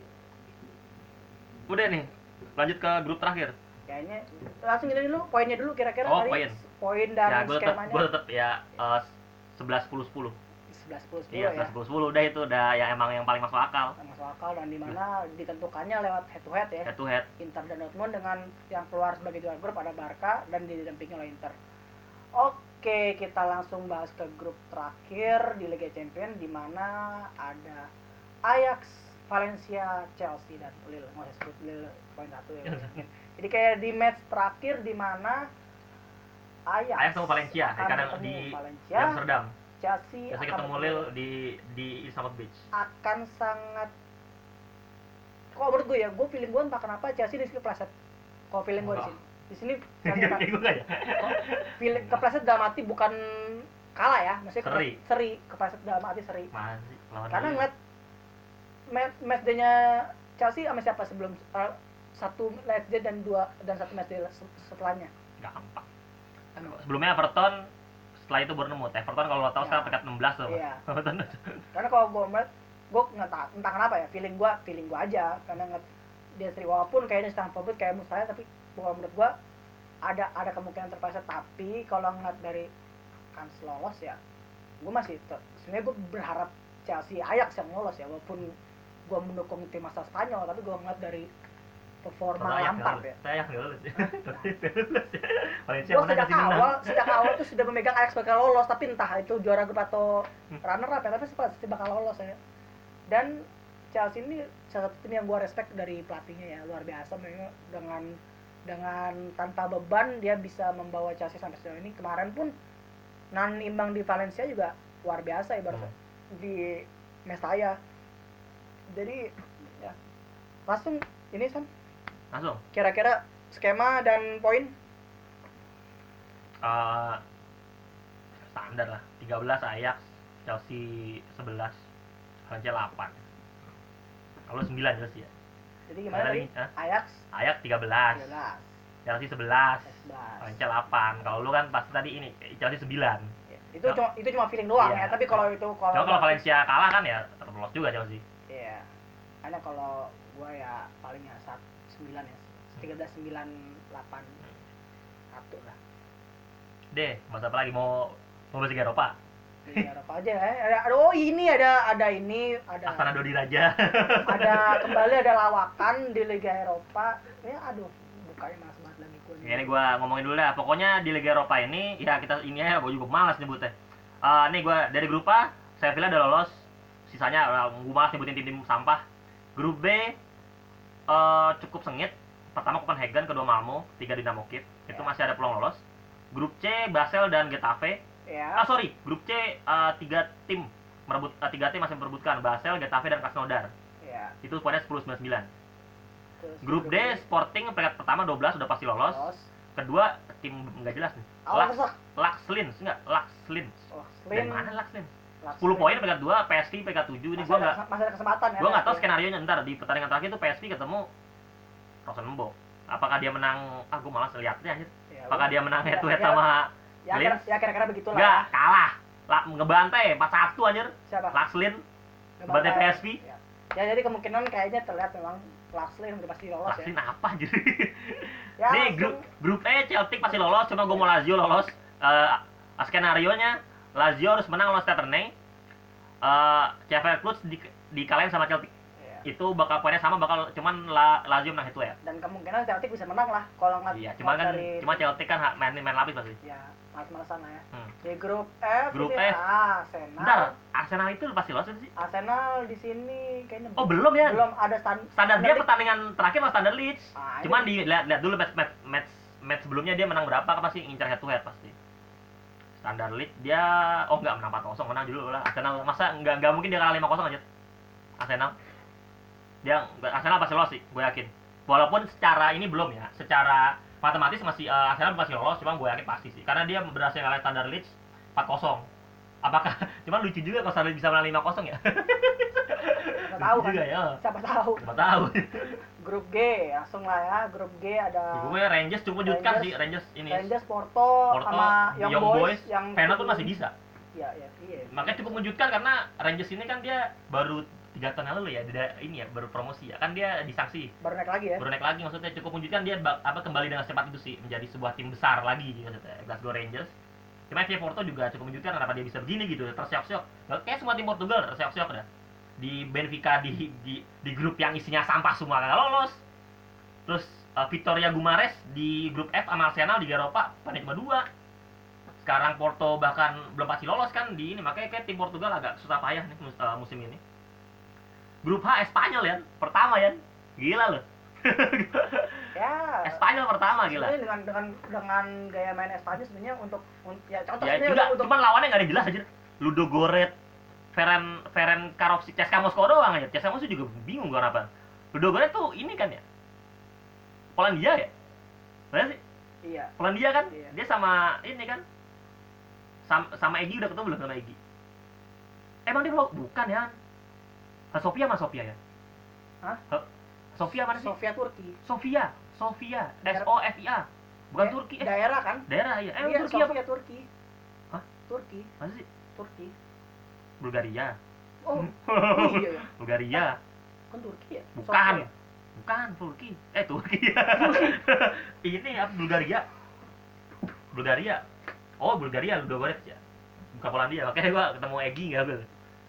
Udah nih, lanjut ke grup terakhir. Kayaknya langsung ini dulu poinnya dulu kira-kira Oh, tadi poin. poin dan Ya, gue tetap skemanya gue tetap ya eh, sebelas sepuluh sepuluh. sebelas sepuluh sepuluh Iya, ya. sebelas sepuluh sepuluh udah itu udah yang emang yang paling masuk akal. Masuk akal dan di mana ditentukannya lewat head to head ya. Head to head. Inter dan Dortmund dengan yang keluar sebagai juara grup ada Barca dan didampingi oleh Inter. Oke, kita langsung bahas ke grup terakhir di Liga Champions di mana ada Ajax, Valencia, Chelsea dan Lille. Mau saya sebut Lille poin satu ya. Jadi kayak di match terakhir di mana Ajax Ajax ketemu Valencia akan kadang ketemu di Valencia, di Amsterdam. Chelsea Biasa akan ketemu Lille di di Istanbul Beach. akan sangat kok menurut gue ya, gue feeling gue entah kenapa Chelsea di sini kepleset. Kalau feeling gue di sini, di sini Kayak gue ya. feeling kepleset dalam arti bukan kalah ya, maksudnya Seri. kepleset- seri, kepleset dalam arti seri. Masih lawan Karena Lille. ngeliat match, match day-nya Chelsea sama siapa sebelum uh, satu match day dan dua dan satu match day se- setelahnya. gampang. Sebelumnya Everton, setelah itu baru nemu. Everton kalau lo tahu Ya. sekarang peringkat enam belas tuh. Iya. Everton. Karena kalau gue ngeliat, gue nggak tahu entah kenapa ya, feeling gue, feeling gue aja. Karena ngeliat dia seri walaupun kayaknya Stamford Bridge kayak mustahil, tapi kalau menurut gue ada ada kemungkinan terpleset. Tapi kalau ngeliat dari kans lolos ya, gue masih ter- sebenarnya gue berharap Chelsea Ajax yang lolos ya, walaupun gue mendukung tim asal Spanyol, tapi gue ngeliat dari performa Kalau Ajax Lampard nggak ya. lulus. Saya Ajax nggak lulus ya. Lulus ya. Valencia Gue menang sejak kasih menang. awal, sejak awal tuh sudah memegang Ajax bakal lolos, tapi entah itu juara grup atau Hmm. runner up ya, tapi pasti bakal lolos ya. Dan Chelsea ini salah satu tim yang gue respect dari pelatihnya ya, luar biasa memang dengan dengan tanpa beban dia bisa membawa Chelsea sampai sejauh ini. Kemarin pun non imbang di Valencia juga luar biasa ibaratnya Hmm. di Mestalla. Jadi ya langsung ini Son, Langsung. kira-kira skema dan poin. Eh, standar lah. tiga belas Ajax, Chelsea sebelas, Valencia delapan. Kalau sembilan Chelsea ya. Jadi gimana Ada tadi? lagi, hah? Ajax Ajax tiga belas, tiga belas, Chelsea sebelas, sebelas. Valencia delapan. Kalau lu kan pasti tadi ini Chelsea sembilan. Ya, itu cuma itu cuma feeling doang Iya. ya, tapi kalau itu kalau Cuma kalau Valencia kalah kan ya tetap lolos juga Chelsea. Iya. Makanya kalau gua ya paling ya saat sembilan ya, tiga belas sembilan delapan satu lah. Deh, bahas apa lagi, mau mau bahas Liga Eropa? Liga Eropa aja ya. Ada, ada- oh ini ada ada ini ada Astana Dodi Raja. ada kembali ada lawakan di Liga Eropa. Ya aduh, bukanya malas banget lagi gua. Ya, ini gua ngomongin dulu dah. Pokoknya di Liga Eropa ini ya kita ini ya gua juga malas nyebutnya. Eh nih gua dari grup A, Sevilla udah lolos. Sisanya uh, gua malas nyebutin tim-tim sampah. Grup B eh cukup sengit. Pertama Copenhagen, kedua Malmo, tiga Dinamo Kiev. Itu Ya. masih ada peluang lolos. Grup C Basel dan Getafe. Ya. Ah sorry, grup C uh, tiga tim merebut uh, tiga tim masih memperebutkan Basel, Getafe dan Krasnodar. Ya. Itu poinnya sepuluh sembilan sembilan. Terus Grup D Sporting peringkat pertama dua belas udah pasti lolos. lolos. Kedua tim nggak jelas nih. Awal Lax, kesak. Laxlins enggak? Laxlins. Oh, Dari Slim. mana Laxlins? Lax sepuluh Slim. poin peringkat dua, P S V peringkat tujuh. Ini Masih gua ada- nggak masih ada kesempatan ya. gua nggak tahu nanti. skenario nya ntar di pertandingan terakhir tuh P S V ketemu Rosenborg. Apakah dia menang? Ah gua malas lihatnya anjir. Ya, Apakah udah. dia menang head to head Ya, sama ya, Linz? kira- ya kira-kira begitulah. Enggak, ya. kalah. Lah ngebantai empat satu anjir. Siapa? Laxlin Ngebantai. ngebantai P S V. Ya. Ya jadi kemungkinan kayaknya terlihat memang Laxley udah pasti lolos Laxlin ya. apa anjir? Ya, Nih langsung. grup grup E Celtic pasti lolos, cuma gue mau Lazio lolos. Eh skenario nya Lazio harus menang lawan Stade. Eh C F R Cluj di dikalahin sama Celtic. Ya. Itu bakal poinnya sama, bakal cuman La, Lazio menang itu ya. Dan kemungkinan Celtic bisa menang lah kalau nggak Iya, cuma kan dari cuma Celtic kan ha- main main lapis pasti. ya malas-malasan lah ya. Hmm. Di grup F Grup ini F. Arsenal. Bentar, Arsenal itu pasti lolos sih. Arsenal di sini kayaknya Oh, belum ya? belum ada stand Standar dia League. pertandingan terakhir lawan Standard Leeds. Ah, Cuman ini- dilihat lihat dulu match match match match sebelumnya dia menang berapa kan pasti incar head to head pasti. Standard League dia oh enggak menang empat kosong, menang dulu lah. Arsenal masa enggak enggak mungkin dia kalah lima kosong aja. Arsenal. Dia Arsenal pasti lolos sih, gue yakin. Walaupun secara ini belum ya, secara matematis masih uh, Arsenal masih lolos, cuma gue yakin pasti sih. Karena dia berhasil ngalahin Standard Leeds empat kosong. Apakah cuman lucu juga kalau Standard Leeds bisa menang lima kosong ya? Siapa tahu kan. juga ya. Siapa tahu. Siapa tahu. Grup G langsung lah ya. Grup G ada Gue Rangers cukup mengejutkan Rangers- sih, Rangers ini. Rangers, Porto, Porto, sama Young, Young Boys, Boys, yang Feyenoord pun masih bisa. Iya, iya, iya. Makanya cukup mengejutkan karena Rangers ini kan dia baru tiga tahun lalu ya, dia ini ya baru promosi ya. Kan dia disanksi, Baru naik lagi ya. baru naik lagi, maksudnya cukup mengejutkan dia bak- apa kembali dengan secepat itu sih menjadi sebuah tim besar lagi maksudnya Glasgow Rangers. Cuma F C Porto juga cukup mengejutkan kenapa dia bisa begini gitu, terseok-seok. Nggak kayak semua tim Portugal terseok-seok dah. Di Benfica di, di di grup yang isinya sampah semua kagak lolos. Terus uh, Victoria Gumares di grup F sama Arsenal di Eropa paling cuma dua. Sekarang Porto bahkan belum pasti lolos kan di ini, makanya kayak tim Portugal agak susah payah nih mus- uh, musim ini. Grup H Espanyol ya, pertama ya. Gila loh. Ya. Espanyol pertama gila. Sebenarnya dengan dengan dengan gaya main Espanyol sebenarnya untuk, untuk ya cocok Ya sebenarnya juga, untuk, cuman lawannya nggak ada yang jelas aja. Ludo Goret, Feren Feren Karovsi, C S K A Moskow doang aja. C S K A Moskow juga bingung gua kenapa. Ludo Goret tuh ini kan ya. Polandia ya? Benar sih? iya. Polandia kan? Iya. Dia sama ini kan? Sama, sama Egi udah ketemu belum sama Egi? Emang dia belum? Bukan ya? Ha, Sofia sama Sofia ya? Hah? Ha, Sofia mana sih? Sofia Turki. Sofia, Sofia, S O F I A. Bukan Da- Turki, eh Daerah kan? daerah ya. Eh iya, Turki apa? Sofia Turki. Hah? Turki, Masa sih? Turki. Bulgaria. Oh, oh iya ya. Bulgaria. Kan Turki ya? Bukan. Sofia. Bukan Turki. Eh Turki. Ini apa Bulgaria? Bulgaria. Oh, Bulgaria Ludogorets ya. Bukan Polandia. Oke, gua ketemu Egi enggak gue.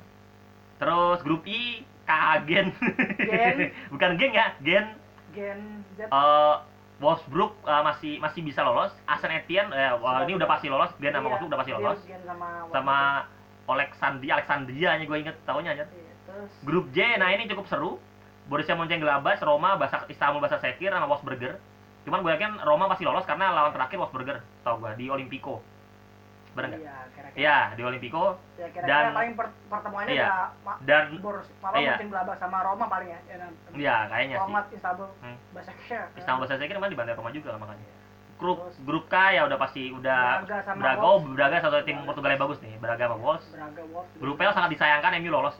Terus grup I Kagen. Gen. Bukan geng ya, Gen. Gen Z. Eh Wolfsburg eh, masih masih bisa lolos. Asen Etienne eh, wah, ini udah pasti lolos. Gen sama Iya, Wolfsburg udah pasti iya, lolos. Gen sama Sama Alexandria, Alexandria nya gue inget taunya aja. Iya, terus Grup J, nah ini cukup seru. Borussia Mönchengladbach, Roma, Basak, Istanbul Basaksehir sama Wolfsberger. Cuman gue yakin Roma pasti lolos karena lawan terakhir Wolfsberger, tau gue di Olimpico. Bener nggak? iya, kira-kira. Iya, di Olimpico. Ya, kira-kira Dan- paling per- pertemuannya iya. ya ma- Dan Borus, apa iya. Mönchengladbach sama Roma paling ya. Ya, dan- iya kayaknya sih. Roma, Istanbul, Hmm. Basaksehir. Istanbul Basaksehir kemarin dibantai Roma juga lah makanya. Grup Terus- grup K ya udah pasti udah Braga sama Braga, Wolves. oh Braga satu tim Portugal yang bagus nih, Braga sama Wolves. Braga, Wolves. Grup L sangat disayangkan M U lolos ya.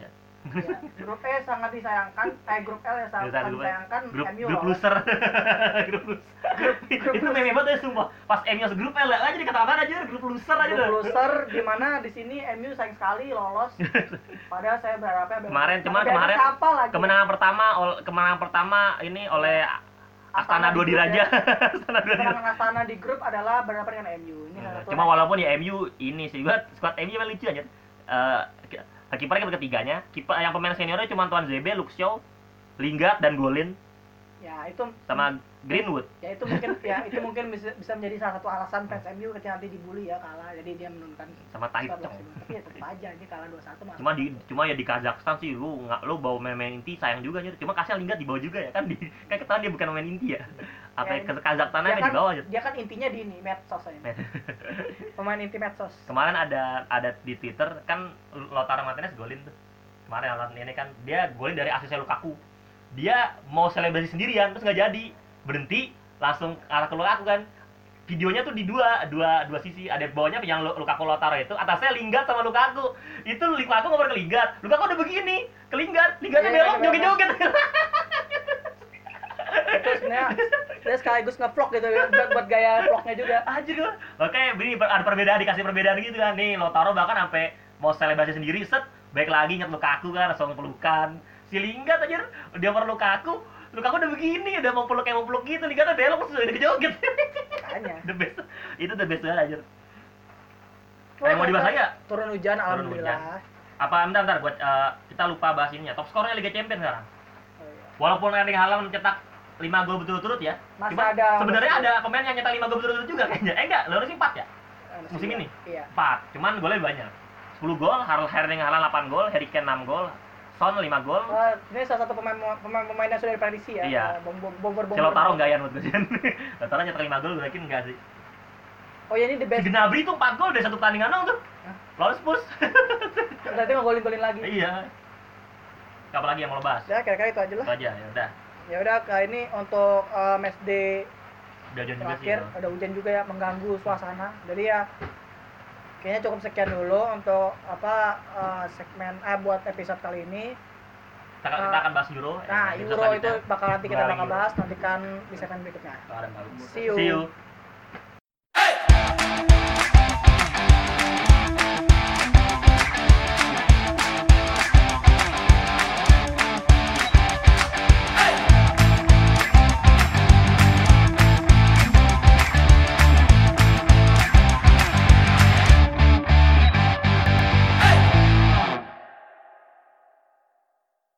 Ya, grup E sangat disayangkan, eh grup L ya sangat Grup- disayangkan grup M U grup lolos. loser. Grup loser. grup Itu meme banget ya sumpah. Pas M U masuk grup L aja dikata-katain aja grup loser aja. Grup dah. loser di mana di sini M U sayang sekali lolos. Padahal saya berharapnya Kemarin cuma Biar kemarin siapa lagi? kemenangan pertama ol- kemenangan pertama ini oleh Astana Astana Dua di grup Diraja. ya. Astana Dua Diraja. Kemenangan Astana di grup adalah berhadapan dengan M U. Ini salah satu Cuma walaupun ya M U ini sih buat squad M U yang lucu aja. Eh kipernya ketiganya, kiper yang pemain seniornya cuma Tuan Z B, Luxio, Lingard dan Golin ya itu sama Greenwood. ya itu mungkin ya itu mungkin bisa, bisa menjadi salah satu alasan fans M U ketika nanti dibully ya kalah, jadi dia menurunkan Sama Tai squad Chong. maximum. Tapi ya tetap aja ini kalah dua satu Cuma di cuma ya di Kazakhstan sih lu nggak lu bawa main-main inti sayang juga aja. Cuma kasih Lingard dibawa juga ya kan di kan ketahuan dia bukan main inti ya. Apa Ya, ke Kazakhstan dia aja kan, di bawah aja. dia kan intinya di ini medsos aja. Pemain inti medsos. Kemarin ada ada di Twitter kan Lautaro Martinez golin tuh. Kemarin alat ini kan dia golin dari asisnya Lukaku. Dia mau selebrasi sendirian terus nggak jadi, berhenti langsung arah ke Lukaku kan. Videonya tuh di dua dua dua sisi, ada bawahnya yang Lukaku Lautaro itu, atasnya Lingard sama Lukaku. Itu Lukaku ngobrol ke Lingard, Lukaku udah begini ke Lingard, Lingardnya Iya, belok iya, joget-joget. Itu sebenarnya dia sekaligus nge-vlog gitu buat, buat gaya vlognya juga. Anjir gua. Oke, ini ada perbedaan, dikasih perbedaan gitu kan. Nih Lautaro bahkan sampai mau selebrasi sendiri, set baik lagi ingat Lukaku kan, langsung pelukan. Si Lingard aja dia perlu Lukaku, Lukaku udah begini, udah mau peluk kayak mau peluk gitu, Lingard udah belok terus udah joget. Makanya. The best. Itu the best banget anjir. Ada yang mau dibahas lagi ya? Turun hujan Turun alhamdulillah. Apa bentar bentar buat eh, kita lupa bahas ininya. Top skornya Liga Champions sekarang. Oh, iya. Walaupun Erling Haaland mencetak lima gol berturut-turut ya. Masih Cuma ada- sebenarnya masih- ada pemain yang nyetak lima gol berturut-turut juga kayaknya. Eh enggak, Lewandowski empat ya? Eh, Musim iya. ini? Iya. empat. Cuman golnya banyak. sepuluh gol, Harl Erling Haaland delapan gol, Harry Kane enam gol, Son lima gol. Eh, ini salah satu pemain pemain pemain yang sudah diprediksi ya. Iya. Eh, Bom bom bomber Si Lautaro enggak ya menurut gue. Lautaro nyetak lima gol, gue yakin enggak sih. Oh ya ini the Si best. Gnabry tuh empat gol dari satu pertandingan dong tuh. Hah? Lawan Spurs. Berarti ngegolin-golin lagi. Iya. Apa lagi yang mau lo bahas? Ya kira-kira itu aja lah. Itu aja, ya udah. Ya udah kali ini untuk uh, match day Udah hujan juga sih. terakhir ya. ada hujan juga ya mengganggu suasana. Jadi ya kayaknya cukup sekian dulu untuk apa uh, segmen eh buat episode kali ini. Kita, akan- kita akan bahas Euro. Nah, eh, Euro episode itu selanjutnya. bakal nanti kita Barang bakal Euro. bahas nantikan di segmen berikutnya. Barang baru. See you. See you.